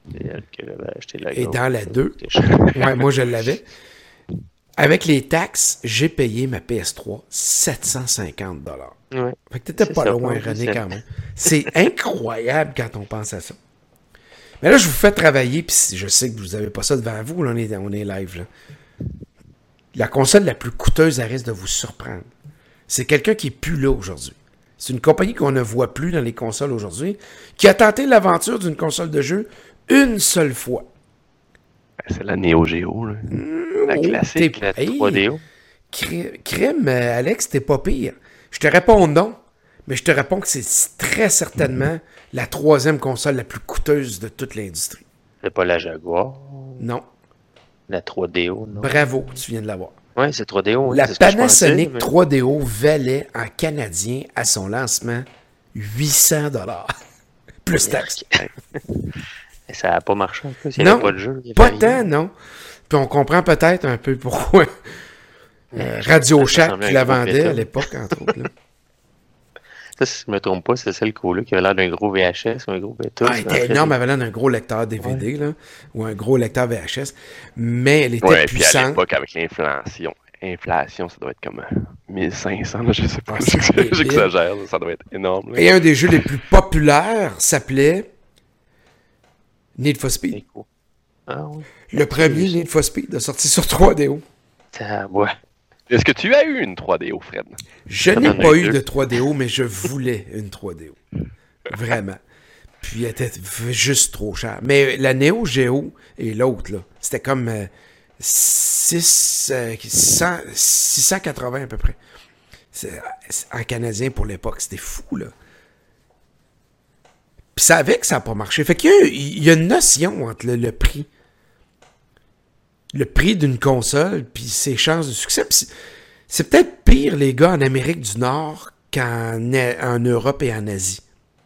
Et dans la 2, ouais, moi je l'avais. Avec les taxes, j'ai payé ma PS3 750$. Ouais. Fait que t'étais pas loin, René, quand même. C'est incroyable quand on pense à ça. Mais là, je vous fais travailler, puis je sais que vous n'avez pas ça devant vous, là, on est live, là. La console la plus coûteuse, elle risque de vous surprendre. C'est quelqu'un qui n'est plus là aujourd'hui. C'est une compagnie qu'on ne voit plus dans les consoles aujourd'hui, qui a tenté l'aventure d'une console de jeu une seule fois. C'est la Neo Geo, là. La classique, la 3DO. Crème, Alex, t'es pas pire. Je te réponds non, mais je te réponds que c'est très certainement la troisième console la plus coûteuse de toute l'industrie. C'est pas la Jaguar? Non. La 3DO, non? Bravo, tu viens de l'avoir. Oui, c'est 3DO. La Panasonic 3DO valait en canadien à son lancement 800$. Plus taxes. Ça n'a pas marché en plus. Il n'y avait pas de jeu. Pas tant, non. Puis on comprend peut-être un peu pourquoi Radio Shack qui la vendait à l'époque, entre autres. Là. Ça, si je ne me trompe pas, c'est celle là qui avait l'air d'un gros VHS ou un gros bêta. Ah, elle était énorme, elle avait l'air d'un gros lecteur DVD, là, ou un gros lecteur VHS, mais elle était puissante. Puis à l'époque, avec l'inflation, ça doit être comme 1500, là, je sais pas, j'exagère, ça doit être énorme. Là. Et un des jeux les plus populaires s'appelait Need for Speed. Ah, oui. Le premier Need for Speed a sorti sur 3DO. Ouais. Est-ce que tu as eu une 3DO, Fred? Je Ça n'ai donne pas un eu deux. de 3DO, mais je voulais une 3DO. Vraiment. Puis elle était juste trop chère. Mais la Neo Geo et l'autre, là, c'était comme 680 à peu près. En canadien pour l'époque, c'était fou, là. Puis ça avait que ça n'a pas marché. Fait qu'il y a une notion entre le prix. Le prix d'une console, puis ses chances de succès. Puis c'est peut-être pire, les gars, en Amérique du Nord qu'en Europe et en Asie.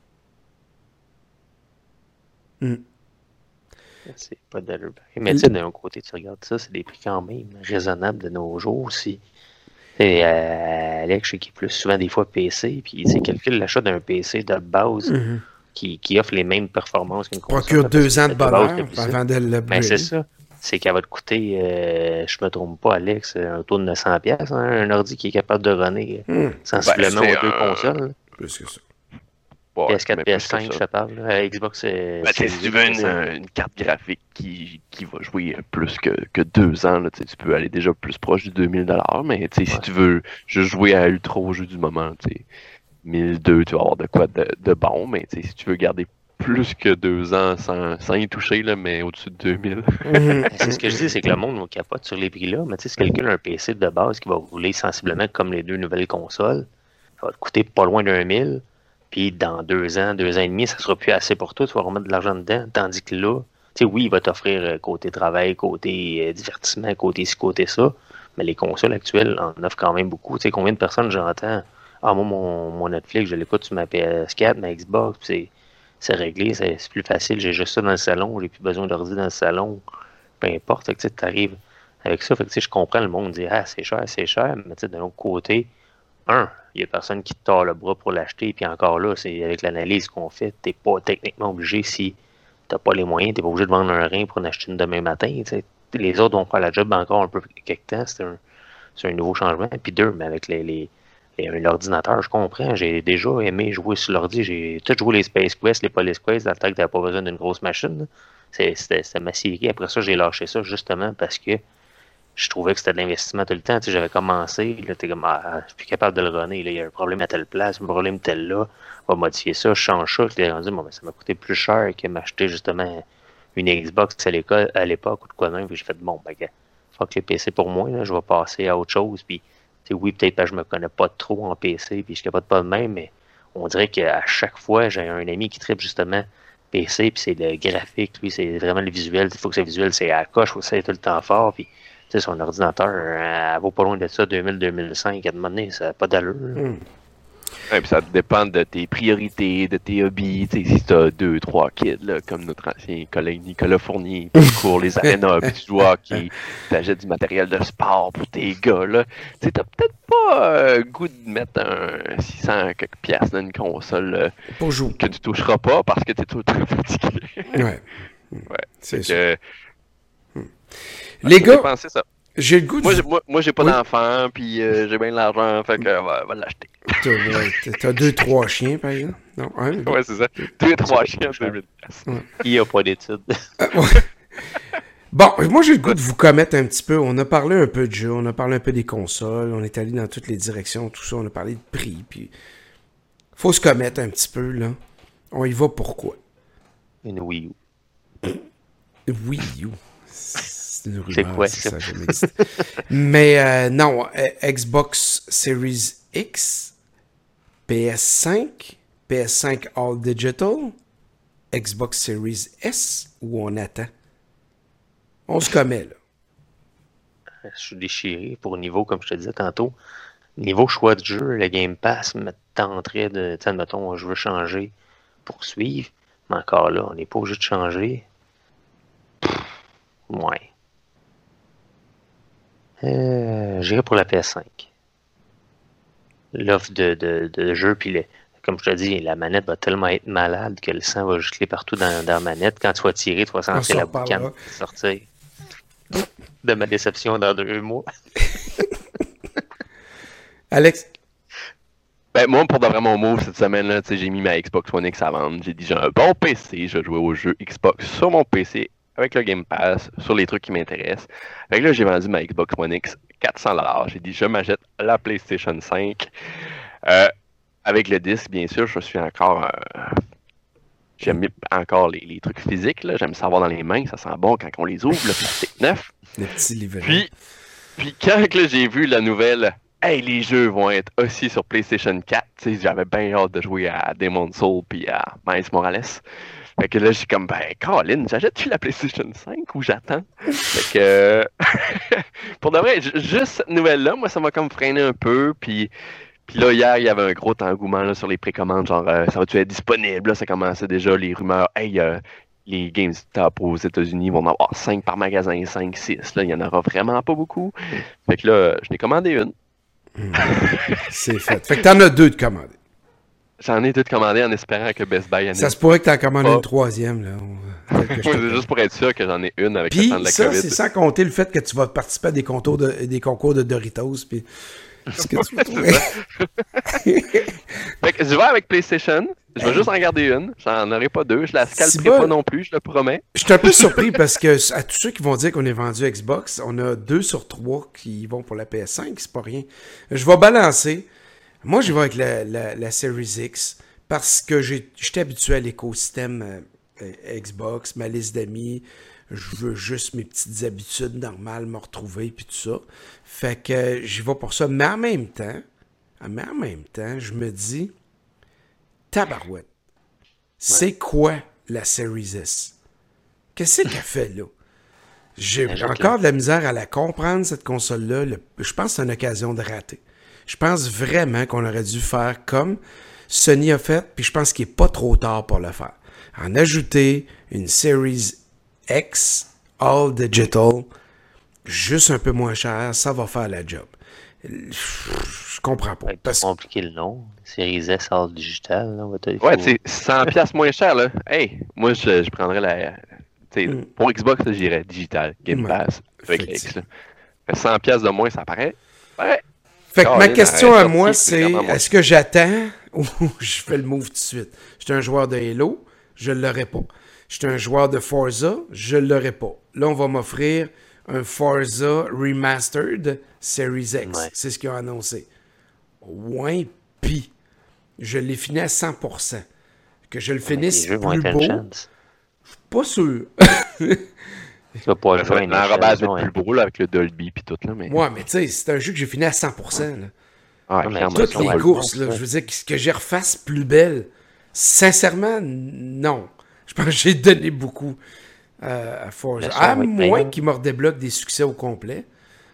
C'est pas d'allure. Mais tu sais, d'un côté, tu regardes ça, c'est des prix quand même raisonnables de nos jours aussi. Et Alex, je sais qu'il est plus souvent des fois PC, puis il calcule l'achat d'un PC de base qui offre les mêmes performances qu'une console. Procure 2 ans de bonheur depuis ça. avant de Ben, l'upgrader. c'est ça. C'est qu'elle va te coûter, je me trompe pas, Alex, un tour de 900$, hein, un ordi qui est capable de runner sensiblement Ben, aux deux consoles. Plus que ça. Ouais, PS4, mais plus que PS5, ça. je te parle. Xbox, Ben, si tu veux une carte graphique qui va jouer plus que 2 ans, là, tu peux aller déjà plus proche du 2000$, mais si tu veux juste jouer à ultra au jeu du moment, 1002, tu vas avoir de quoi de bon, mais si tu veux garder plus que 2 ans sans y toucher, là, mais au-dessus de 2000. C'est ce que je dis, c'est que le monde capote sur les prix-là, mais tu sais, si quelqu'un a un PC de base qui va rouler sensiblement comme les deux nouvelles consoles, ça va te coûter pas loin d'1 000$, puis dans 2 ans, 2 ans et demi, ça sera plus assez pour toi, tu vas remettre de l'argent dedans, tandis que là, tu sais, oui, il va t'offrir côté travail, côté divertissement, côté ci, côté ça, mais les consoles actuelles en offrent quand même beaucoup. Tu sais, combien de personnes j'entends, ah, moi, mon Netflix, je l'écoute sur ma PS4, ma Xbox, puis c'est réglé, c'est plus facile, j'ai juste ça dans le salon, j'ai plus besoin d'ordi dans le salon, peu importe, fait que tu arrives avec ça, fait que je comprends le monde dire, ah, c'est cher, mais tu sais, d'un autre côté, il y a personne qui te tord le bras pour l'acheter, puis encore là, c'est avec l'analyse qu'on fait, t'es pas techniquement obligé, si t'as pas les moyens, t'es pas obligé de vendre un rein pour en acheter une demain matin, t'sais. Les autres vont faire la job encore un peu quelque temps, c'est un nouveau changement, puis mais avec l'ordinateur, je comprends, j'ai déjà aimé jouer sur l'ordi, j'ai tout joué les Space Quest, les Police Quest, dans le temps que t'avais pas besoin d'une grosse machine, c'était ma série, après ça, j'ai lâché ça justement parce que je trouvais que c'était de l'investissement tout le temps. Tu sais, j'avais commencé, là, t'es comme, je suis plus capable de le runner. Là, il y a un problème à telle place, un problème tel là. On va modifier ça, je change ça. T'es rendu, bon, ben, ça m'a coûté plus cher que m'acheter justement une Xbox à l'époque ou de quoi même. Puis j'ai fait, bon, ben, fuck les PC pour moi, là, je vais passer à autre chose. Puis, tu sais, oui, peut-être que je me connais pas trop en PC, puis je capote pas de même, mais on dirait qu'à chaque fois, j'ai un ami qui tripe justement PC, puis c'est le graphique, lui, c'est vraiment le visuel. Il faut que ce visuel, c'est à la coche, il faut que ça ait tout le temps fort. Puis, tu sais, son ordinateur, elle vaut pas loin de ça, 2000-2005, à un moment donné, ça n'a pas d'allure. Ouais, puis ça dépend de tes priorités, de tes hobbies. Tu sais, si tu as 2-3 kids, là, comme notre ancien collègue Nicolas Fournier, qui court les arénas, puis tu joues au hockey, tu achètes du matériel de sport pour tes gars, là. Tu sais, t'as peut-être pas goût de mettre un 600 quelques piastres dans une console Pour jouer. que tu toucheras pas parce que tu es tout le temps fatigué. Ouais. Ouais. C'est ça. Les gars, Penser ça. j'ai le goût de... Moi, j'ai pas Oui. d'enfant, puis j'ai bien de l'argent, fait que va l'acheter. T'as 2-3 chiens, par exemple? Non, un? Ouais, c'est ça. 2-3 chiens, 2000 piastres. Il n'y a pas d'études. Ouais. Bon, moi j'ai le goût de vous commettre un petit peu. On a parlé un peu de jeux, on a parlé un peu des consoles, on est allé dans toutes les directions, tout ça, on a parlé de prix, puis faut se commettre un petit peu, là. On y va pourquoi? Une Wii U. Wii U. C'est une rumeur, C'est quoi, ça ça? a jamais existé. Mais non, Xbox Series X, PS5, PS5 All Digital, Xbox Series S, où on attend. On se commet, là. Je suis déchiré pour niveau, comme je te disais tantôt. Niveau choix de jeu, le Game Pass me tenterait de, tu sais, admettons, je veux changer pour suivre, mais encore là, on n'est pas obligé de changer. Ouais. J'irai pour la PS5. L'offre de jeu, puis comme je te dis, la manette va tellement être malade que le sang va gicler partout dans la manette. Quand tu vas tirer, tu vas sentir la boucane sortir. De ma déception dans 2 mois. Alex? Ben, moi, pour de vrai, mon move cette semaine-là, j'ai mis ma Xbox One X à vendre. J'ai dit, j'ai un bon PC, je vais jouer au jeu Xbox sur mon PC avec le Game Pass sur les trucs qui m'intéressent. Fait que là, j'ai vendu ma Xbox One X 400$. J'ai dit, je m'achète la PlayStation 5. Avec le disque, bien sûr, je suis encore... j'aime encore les trucs physiques. Là. J'aime ça avoir dans les mains. Ça sent bon quand on les ouvre, le plastique neuf. Les petits livrets. Puis quand là, j'ai vu la nouvelle... Hey, les jeux vont être aussi sur PlayStation 4. Tu sais, j'avais bien hâte de jouer à Demon's Souls puis à Miles Morales. Fait que là, j'ai comme, Colin, j'achète-tu la PlayStation 5 ou j'attends? Fait que, pour de vrai, juste cette nouvelle-là, moi, ça m'a comme freiné un peu. Puis là, hier, il y avait un gros engouement là, sur les précommandes. Genre, ça va-tu être disponible? Là, ça commençait déjà les rumeurs. Hey, les GameStop aux États-Unis vont en avoir 5 par magasin, 5, 6. Là, il n'y en aura vraiment pas beaucoup. Fait que là, je n'ai commandé une. C'est fait. Fait que t'en as 2 de commandés. J'en ai toutes commandées en espérant que Best Buy en ait. Ça se pourrait que t'en commandes une troisième, là. C'est juste pour être sûr que j'en ai une avec puis, le temps de la ça, COVID. c'est sans compter le fait que tu vas participer à des concours de Doritos, puis ce que tu vas trouver. Fait que je vais avec PlayStation, je vais juste en garder une, j'en aurai pas 2, je la scalperai pas non plus, je le promets. Je suis un peu surpris parce que à tous ceux qui vont dire qu'on est vendu Xbox, on a 2 sur 3 qui vont pour la PS5, c'est pas rien. Je vais balancer. Moi, je vais avec la Series X parce que j'étais habitué à l'écosystème Xbox, ma liste d'amis. Je veux juste mes petites habitudes normales, me retrouver, puis tout ça. Fait que j'y vais pour ça. Mais en même temps, je me dis, tabarouette, c'est quoi la Series S? Qu'est-ce qu'elle fait là? J'ai encore de la misère à la comprendre, cette console-là. Je pense que c'est une occasion de rater. Je pense vraiment qu'on aurait dû faire comme Sony a fait, puis je pense qu'il n'est pas trop tard pour le faire. En ajouter une Series X, All Digital, juste un peu moins cher, ça va faire la job. Je comprends pas. C'est compliqué le nom. Series S All Digital. Là, ouais, tu sais, 100$ moins cher, là. Hey, moi, je prendrais la... Pour Xbox, là, j'irais digital, Game Pass, avec X. Là. 100$ de moins, ça paraît. Ouais. Fait que ma question à moi, c'est est-ce que j'attends ou je fais le move tout de suite? J'étais un joueur de Halo, je ne l'aurais pas. J'étais un joueur de Forza, je ne l'aurais pas. Là, on va m'offrir un Forza Remastered Series X. Ouais. C'est ce qu'ils ont annoncé. Ouais, pis je l'ai fini à 100%. Que je le finisse plus beau, pas sûr. Tu vas pas jouer l'enrobage va être plus beau là, avec le Dolby et tout. Là, mais... Ouais, mais tu sais, c'est un jeu que j'ai fini à 100%. Là. Ouais, toutes les courses, là, je veux dire, que j'y refasse plus belle. Sincèrement, non. Je pense que j'ai donné beaucoup à Forza. À moins qu'ils me redébloquent des succès au complet.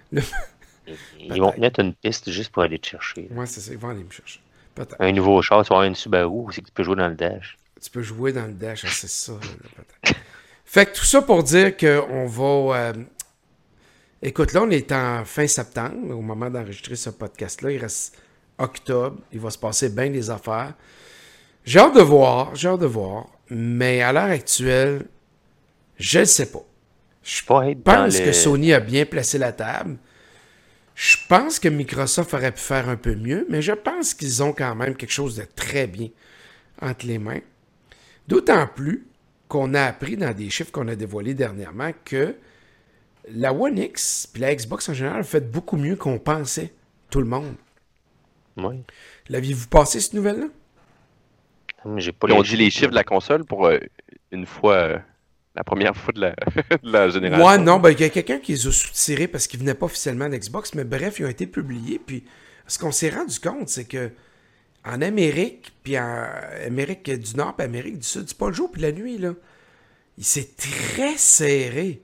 Ils vont te mettre une piste juste pour aller te chercher. Ouais, c'est ça, ils vont aller me chercher. Peut-être. Un nouveau char, tu vas avoir une Subaru, c'est que tu peux jouer dans le dash. Tu peux jouer dans le dash, c'est ça. Là, peut-être. Fait que tout ça pour dire qu'on va... Écoute, là, on est en fin septembre, au moment d'enregistrer ce podcast-là. Il reste octobre. Il va se passer bien des affaires. J'ai hâte de voir. Mais à l'heure actuelle, je ne sais pas. Je pense que Sony a bien placé la table. Je pense que Microsoft aurait pu faire un peu mieux, mais je pense qu'ils ont quand même quelque chose de très bien entre les mains. D'autant plus qu'on a appris dans des chiffres qu'on a dévoilés dernièrement que la One X puis la Xbox en général ont fait beaucoup mieux qu'on pensait, tout le monde. Oui. L'aviez-vous passé, cette nouvelle-là? J'ai pas Ils ont dit les chiffres de la console pour une fois, la première fois de la génération. Ouais, non, ben il y a quelqu'un qui les a sous-tirés parce qu'ils venaient pas officiellement d'Xbox, mais bref, ils ont été publiés, puis ce qu'on s'est rendu compte, c'est que en Amérique, puis en Amérique du Nord, puis Amérique du Sud, c'est pas le jour puis la nuit, là. C'est très serré.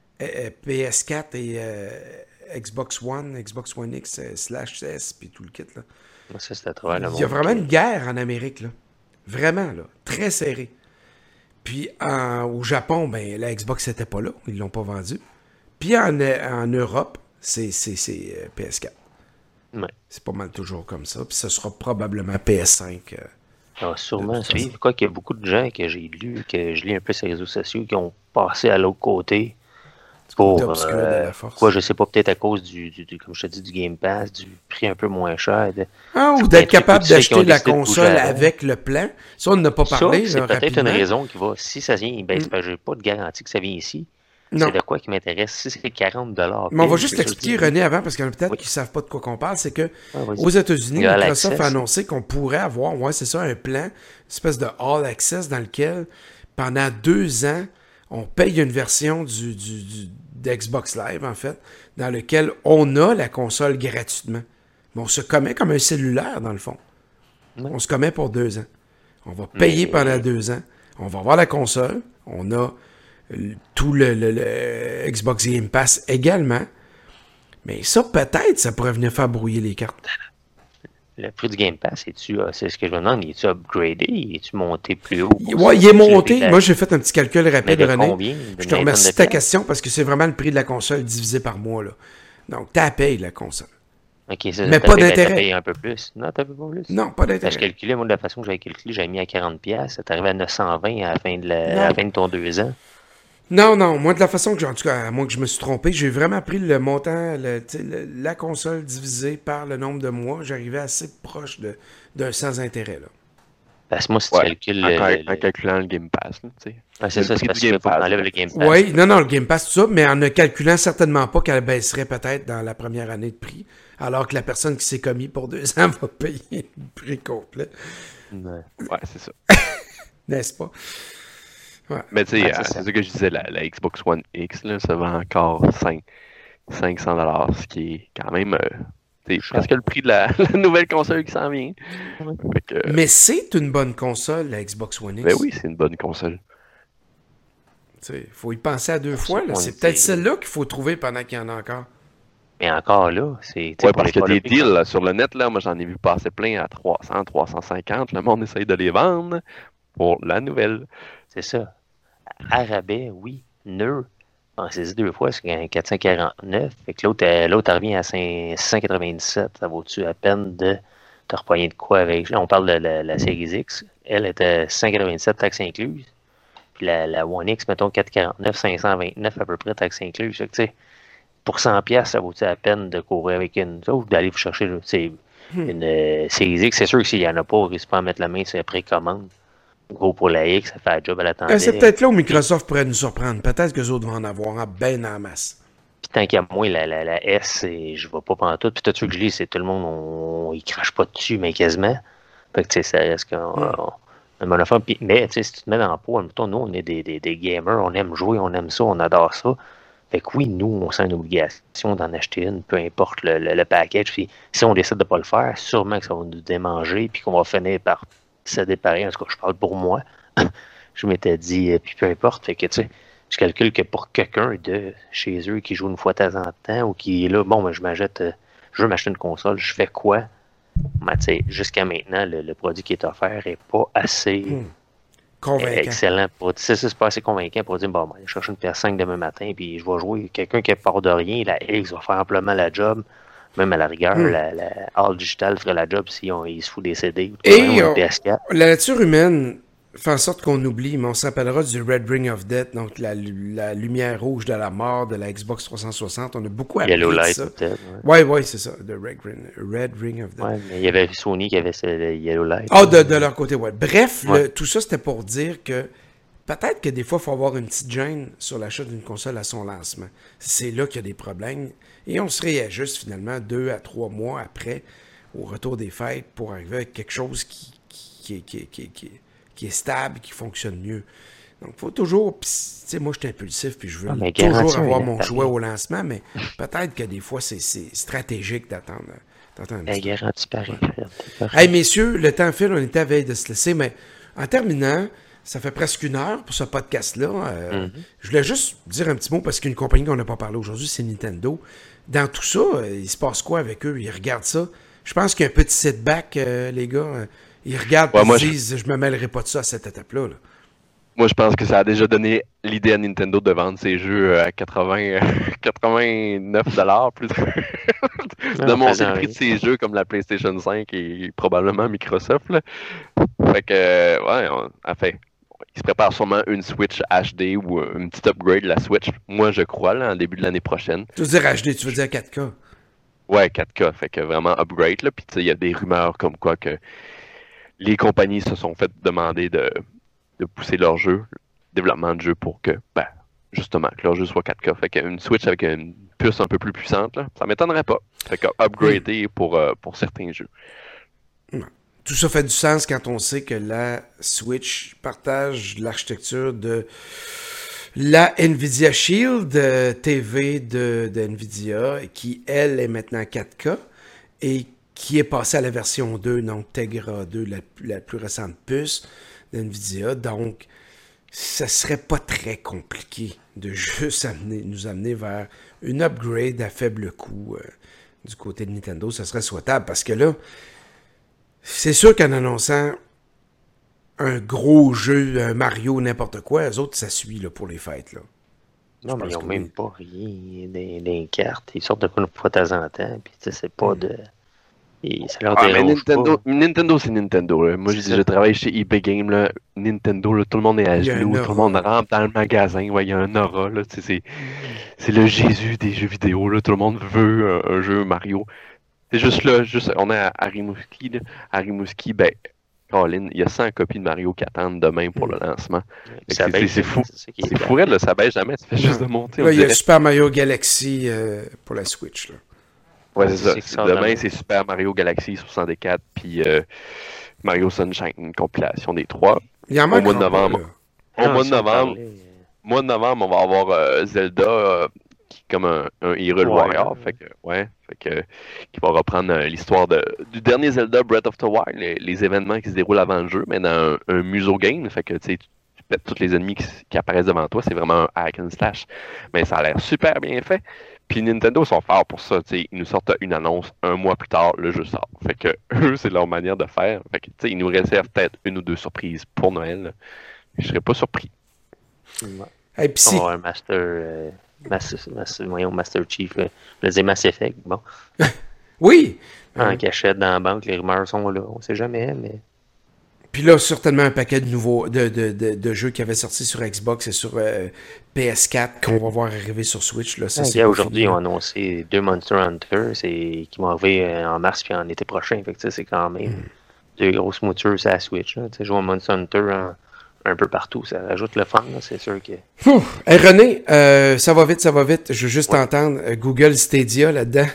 PS4 et Xbox One X /S, puis tout le kit, là. Ça, c'est à travers le monde. Il y a vraiment une guerre en Amérique, là. Vraiment, là. Très serré. Puis au Japon, ben la Xbox n'était pas là. Ils l'ont pas vendu. Puis en Europe, c'est PS4. Ouais. C'est pas mal toujours comme ça. Puis ce sera probablement PS5. Ça va sûrement suivre. Quoi qu'il y a beaucoup de gens que j'ai lu, que je lis un peu sur les réseaux sociaux, qui ont passé à l'autre côté. côté Pour, obscur de la force. quoi, je sais pas, peut-être à cause comme je te dis, du Game Pass, du prix un peu moins cher. Ou d'être capable ceux qui ont d'acheter la décidé de bouger console avant. avec le plan. Ça, on n'a pas Ça, parlé, c'est là, peut-être rapidement. une raison qui va. Si ça vient, ben, c'est parce que j'ai pas de garantie que ça vient ici. Non. C'est de quoi qui m'intéresse. Si c'est 40$. Mais on va pile, juste c'est sûr l'expliquer, que- René, avant, parce qu'il y en a peut-être Oui. qui ne savent pas de quoi qu'on parle. C'est que Ah, vas-y. aux États-Unis, Il y a All Microsoft a Access. annoncé qu'on pourrait avoir, ouais, c'est ça, un plan, une espèce de All Access dans lequel, pendant 2 ans, on paye une version d'Xbox Live, en fait, dans lequel on a la console gratuitement. Mais on se commet comme un cellulaire, dans le fond. Ouais. On se commet pour 2 ans. On va payer pendant 2 ans. On va avoir la console. On a tout le Xbox Game Pass également. Mais ça, peut-être, ça pourrait venir faire brouiller les cartes. Le prix du Game Pass, c'est ce que je me demande, est-tu upgradé? Est-tu monté plus haut? Ouais, il est monté. Moi, j'ai fait un petit calcul rapide, de René. combien? Je te remercie de ta question parce que c'est vraiment le prix de la console divisé par mois, là. Donc, t'as à payer la console. Ok, ça, Mais t'as pas payé- d'intérêt. t'as payé un peu plus. Non, t'as payé pas plus. Non, pas Ben, je d'intérêt. calculais, moi, de la façon que j'avais calculé, j'avais mis à 40$. Ça t'arrivait à 920 à la fin de, Non. à la fin de ton 2 ans. Non, moi, de la façon que en tout cas, à moins que je me suis trompé, j'ai vraiment pris le montant, la console divisée par le nombre de mois. J'arrivais assez proche d'un sans intérêt, là. Parce que moi, si tu Ouais, calcules. en calculant le Game Pass. Là, tu sais. C'est le ça, prix c'est parce du qu'il Game faut qu'on Pass. enlève le Game Pass. Oui, non, le Game Pass, tout ça, mais en ne calculant certainement pas qu'elle baisserait peut-être dans la première année de prix, alors que la personne qui s'est commis pour 2 ans va payer le prix complet. Ouais. Ouais, c'est ça. N'est-ce pas? Ouais. Mais tu sais, Ouais, c'est c'est ça. ça que je disais, la Xbox One X, là, ça vend encore 500$, ce qui est quand même c'est presque le prix de la nouvelle console qui s'en vient. Fait que, Mais c'est une bonne console, la Xbox One X. ben oui, c'est une bonne console. Il faut y penser à 2 fois. là. on C'est était- peut-être celle-là qu'il faut trouver pendant qu'il y en a encore. Mais encore là, c'est. Ouais, parce qu'il y a des deals là, sur le net, là, moi j'en ai vu passer plein à 300, 350. Le monde essaye de les vendre pour la nouvelle. C'est ça. À rabais, oui. Nœud. On s'est dit 2 fois, c'est 449. Fait que l'autre, elle revient à 697. Ça vaut-tu la peine de te repoigner de quoi avec. Là, on parle de la Series X. Elle était 597, taxes incluses. Puis la One X, mettons 449, 529 à peu près, taxes incluses. Fait que, tu sais, pour 100$, ça vaut-tu la peine de courir avec une. Ça, ou d'aller vous chercher là, une Series X. C'est sûr que s'il n'y en a pas, on risque pas à mettre la main sur la précommande. Gros pour la X, ça fait la job à l'attendait. C'est peut-être là où Microsoft pourrait nous surprendre. Peut-être que les autres vont en avoir ben en masse. Puis tant qu'il y a moins, la S, je vais pas pendant tout. Puis tout ce que je lis, c'est tout le monde, il crache pas dessus, mais quasiment. Fait que, tu sais, ça reste un monophone. Puis, mais, tu sais, si tu te mets dans le pot, admettons, nous, on est des gamers, on aime jouer, on aime ça, on adore ça. Fait que oui, nous, on sent une obligation d'en acheter une, peu importe le package. Puis si on décide de pas le faire, sûrement que ça va nous démanger, puis qu'on va finir par céder pareil. En tout cas, je parle pour moi. Je m'étais dit, puis peu importe. Fait que, tu sais, je calcule que pour quelqu'un de chez eux qui joue une fois de temps en temps ou qui est là, bon, ben, je veux m'acheter une console, je fais quoi? Ben, tu sais, jusqu'à maintenant, le produit qui est offert n'est pas assez Convaincant. excellent. C'est pas assez convaincant pour dire, bon, ben, je cherche une PS5 demain matin, puis je vais jouer. Quelqu'un qui part de rien, la X va faire amplement la job. Même à la rigueur, la All Digital ferait la job si il se fout des CD ou Et un PS4. la nature humaine fait en sorte qu'on oublie, mais on se rappellera du Red Ring of Death, donc la lumière rouge de la mort de la Xbox 360. On a beaucoup appris Yellow de Light, ça. peut-être. Ouais, c'est ça, le Red Ring of Death. Ouais, mais il y avait Sony qui avait le Yellow Light. Ah, de leur côté, ouais. Bref, Ouais. tout ça, c'était pour dire que peut-être que des fois, il faut avoir une petite gêne sur l'achat d'une console à son lancement. C'est là qu'il y a des problèmes. Et on se réajuste finalement 2 à 3 mois après, au retour des fêtes, pour arriver avec quelque chose qui est stable, qui fonctionne mieux. Donc, il faut toujours... Tu sais, moi, je suis impulsif, puis je veux mais toujours garantir avoir un mon an, jouet au lancement, mais peut-être que des fois, c'est stratégique d'attendre un La petit peu. garantie pareil. Hey, messieurs, le temps file, on était à veille de se laisser, mais en terminant, ça fait presque 1 heure pour ce podcast-là. Je voulais juste dire un petit mot parce qu'une compagnie qu'on n'a pas parlé aujourd'hui, c'est Nintendo. Dans tout ça, il se passe quoi avec eux? Ils regardent ça. Je pense qu'il y a un petit setback, les gars. Ils regardent et Ouais, ils disent, je me mêlerai pas de ça à cette étape-là. Là. Moi, je pense que ça a déjà donné l'idée à Nintendo de vendre ses jeux à 89$ plus de monter le prix de ses jeux comme la PlayStation 5 et probablement Microsoft. Là. Fait que, ouais, se prépare sûrement une Switch HD ou une petite upgrade de la Switch. Moi, je crois, là, en début de l'année prochaine. Tu veux dire HD, tu veux dire 4K? Ouais, 4K, fait que vraiment upgrade, là. Puis, tu sais, il y a des rumeurs comme quoi que les compagnies se sont fait demander de pousser leur jeu, le développement de jeu pour que, justement, que leur jeu soit 4K. Fait qu'une Switch avec une puce un peu plus puissante, là, ça m'étonnerait pas. Fait que upgrader pour certains jeux. Tout ça fait du sens quand on sait que la Switch partage l'architecture de la Nvidia Shield TV de Nvidia, qui, elle, est maintenant 4K et qui est passée à la version 2, donc Tegra 2, la plus récente puce d'Nvidia. Donc, ça serait pas très compliqué de juste nous amener vers une upgrade à faible coût du côté de Nintendo. Ça serait souhaitable parce que là, c'est sûr qu'en annonçant un gros jeu, un Mario, n'importe quoi, eux autres, ça suit là, pour les fêtes. Là. Non, mais ils n'ont même pas rien des cartes. Ils sortent de quoi une fois de temps en temps. Puis, tu sais, c'est pas de. Ça leur dérange pas. Nintendo, c'est Nintendo. Là. Moi, je travaille chez eBay Game. Là. Nintendo, là, tout le monde est à genoux. Tout le monde rentre dans le magasin. Ouais, il y a un aura. Là, c'est le Jésus des jeux vidéo. Là. Tout le monde veut un jeu Mario. C'est juste là, on est à Rimouski. Là. À Rimouski, Colin, il y a 100 copies de Mario qui attendent demain pour le lancement. C'est fou. C'est fou, là, ça baisse jamais, ça fait juste de monter. Là, il y a Super Mario Galaxy pour la Switch. Là. Ouais, c'est ça. Demain, c'est Super Mario Galaxy 64, puis Mario Sunshine, une compilation des trois. Il y en au mois de novembre. Au mois de novembre, on va avoir Zelda qui est comme un Hyrule Warrior. Fait que qui va reprendre l'histoire du dernier Zelda Breath of the Wild, les événements qui se déroulent avant le jeu, mais dans un muso game. Fait que tu pètes tous les ennemis qui apparaissent devant toi. C'est vraiment un hack and slash. Mais ça a l'air super bien fait. Puis Nintendo sont forts pour ça. Ils nous sortent une annonce un mois plus tard, le jeu sort. Fait que eux, c'est leur manière de faire. Fait que ils nous réservent peut-être une ou deux surprises pour Noël. Là. Je serais pas surpris. Hey, on va un Master Chief, je veux dire Mass Effect, bon. Oui! En cachette dans la banque, les rumeurs sont là, on sait jamais, mais... Puis là, certainement un paquet de nouveaux de jeux qui avaient sorti sur Xbox et sur PS4 qu'on va voir arriver sur Switch. Là. Aujourd'hui, ils ont annoncé 2 Monster Hunter qui vont arriver en mars puis en été prochain. Fait que c'est quand même 2 grosses moutures sur la Switch. Jouer à Monster Hunter un peu partout, ça rajoute le fun, là, c'est sûr que... Hey, René, ça va vite. Je veux juste entendre Google Stadia là-dedans.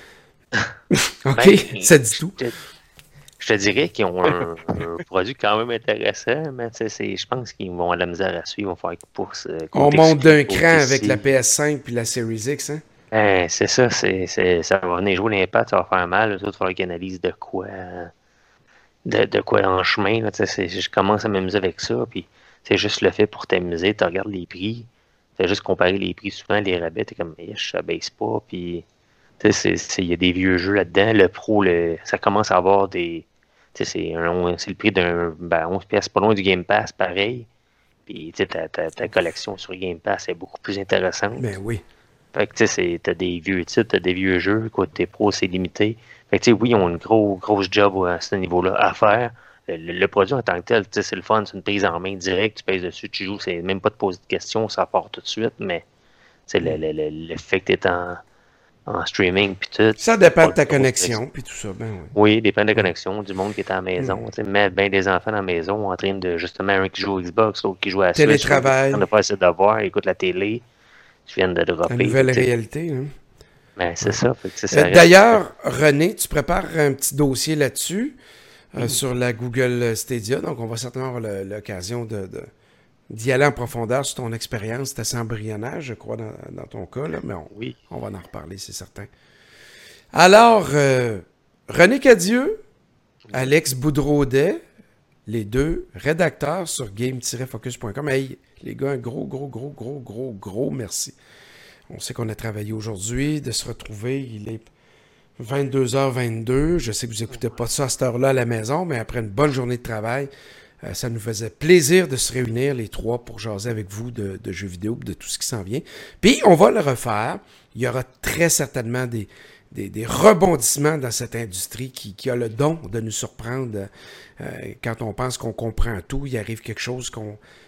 OK, ça dit tout. Je te dirais qu'ils ont un produit quand même intéressant, mais je pense qu'ils vont avoir de la misère à suivre. Ils vont faire pour on monte d'un cran avec la PS5 puis la Series X, hein? C'est ça, ça va venir jouer l'impact, ça va faire mal. Les autres, il va falloir qu'ils analysent de quoi en chemin. Là, je commence à m'amuser avec ça, puis c'est juste le fait pour t'amuser, tu regardes les prix, tu fais juste comparer les prix souvent, les rabais, t'es comme, ça baisse pas, puis il y a des vieux jeux là-dedans. Le Pro, ça commence à avoir des... C'est le prix d'un 11$, pas loin du Game Pass, pareil. Puis ta collection sur Game Pass est beaucoup plus intéressante. Ben oui. Fait que t'as des vieux titres, t'as des vieux jeux. Côté Pro, c'est limité. Fait que oui, ils ont une grosse job à ce niveau-là à faire. Le produit en tant que tel, c'est le fun, c'est une prise en main directe, tu pèses dessus, tu joues, c'est même pas de poser de questions, ça part tout de suite, mais le fait que t'es en streaming puis tout. Ça dépend de ta connexion puis tout ça, ben oui. Oui, dépend de la connexion, du monde qui est à la maison. Mettre bien des enfants à la maison en train de, justement, un qui joue au Xbox, l'autre qui joue à la Switch, télétravail, en train de faire ses devoirs, écoute la télé, tu viens de dropper. La nouvelle réalité, hein. Ben, c'est ça. Fait que d'ailleurs, René, tu prépares un petit dossier là-dessus, sur la Google Stadia, donc on va certainement avoir l'occasion d'y aller en profondeur sur ton expérience. C'est assez embryonnaire, je crois, dans ton cas, là, mais on va en reparler, c'est certain. Alors, René Cadieux, Alex Boudreaudet, les deux rédacteurs sur game-focus.com. Hey, les gars, un gros merci. On sait qu'on a travaillé aujourd'hui, de se retrouver, il est 22h22. Je sais que vous n'écoutez pas ça à cette heure-là à la maison, mais après une bonne journée de travail, ça nous faisait plaisir de se réunir les trois pour jaser avec vous de jeux vidéo, de tout ce qui s'en vient. Puis, on va le refaire. Il y aura très certainement des rebondissements dans cette industrie qui a le don de nous surprendre quand on pense qu'on comprend tout. Il arrive quelque chose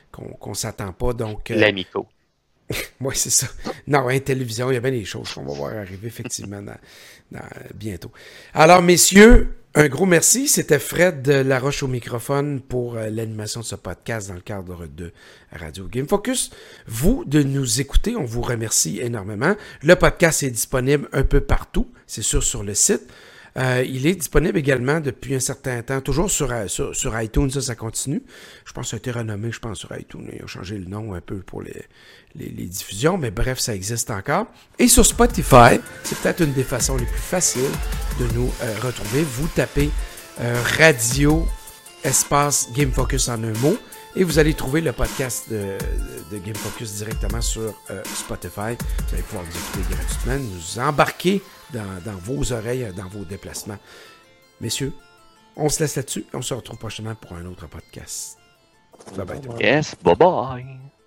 qu'on s'attend pas. Donc, L'Amico. oui, c'est ça. Non, télévision, il y a bien des choses qu'on va voir arriver effectivement bientôt. Alors, messieurs, un gros merci. C'était Fred Laroche au microphone pour l'animation de ce podcast dans le cadre de Radio Game Focus. Vous, de nous écouter, on vous remercie énormément. Le podcast est disponible un peu partout, c'est sûr, sur le site. Il est disponible également depuis un certain temps, toujours sur iTunes, ça continue. Je pense que ça a été renommé, sur iTunes. Ils ont changé le nom un peu pour les diffusions, mais bref, ça existe encore. Et sur Spotify, c'est peut-être une des façons les plus faciles de nous retrouver. Vous tapez Radio espace Game Focus en un mot et vous allez trouver le podcast de Game Focus directement sur Spotify. Vous allez pouvoir nous écouter gratuitement, nous embarquer dans vos oreilles, dans vos déplacements. Messieurs, on se laisse là-dessus. On se retrouve prochainement pour un autre podcast. Bye bye. Yes, bye bye.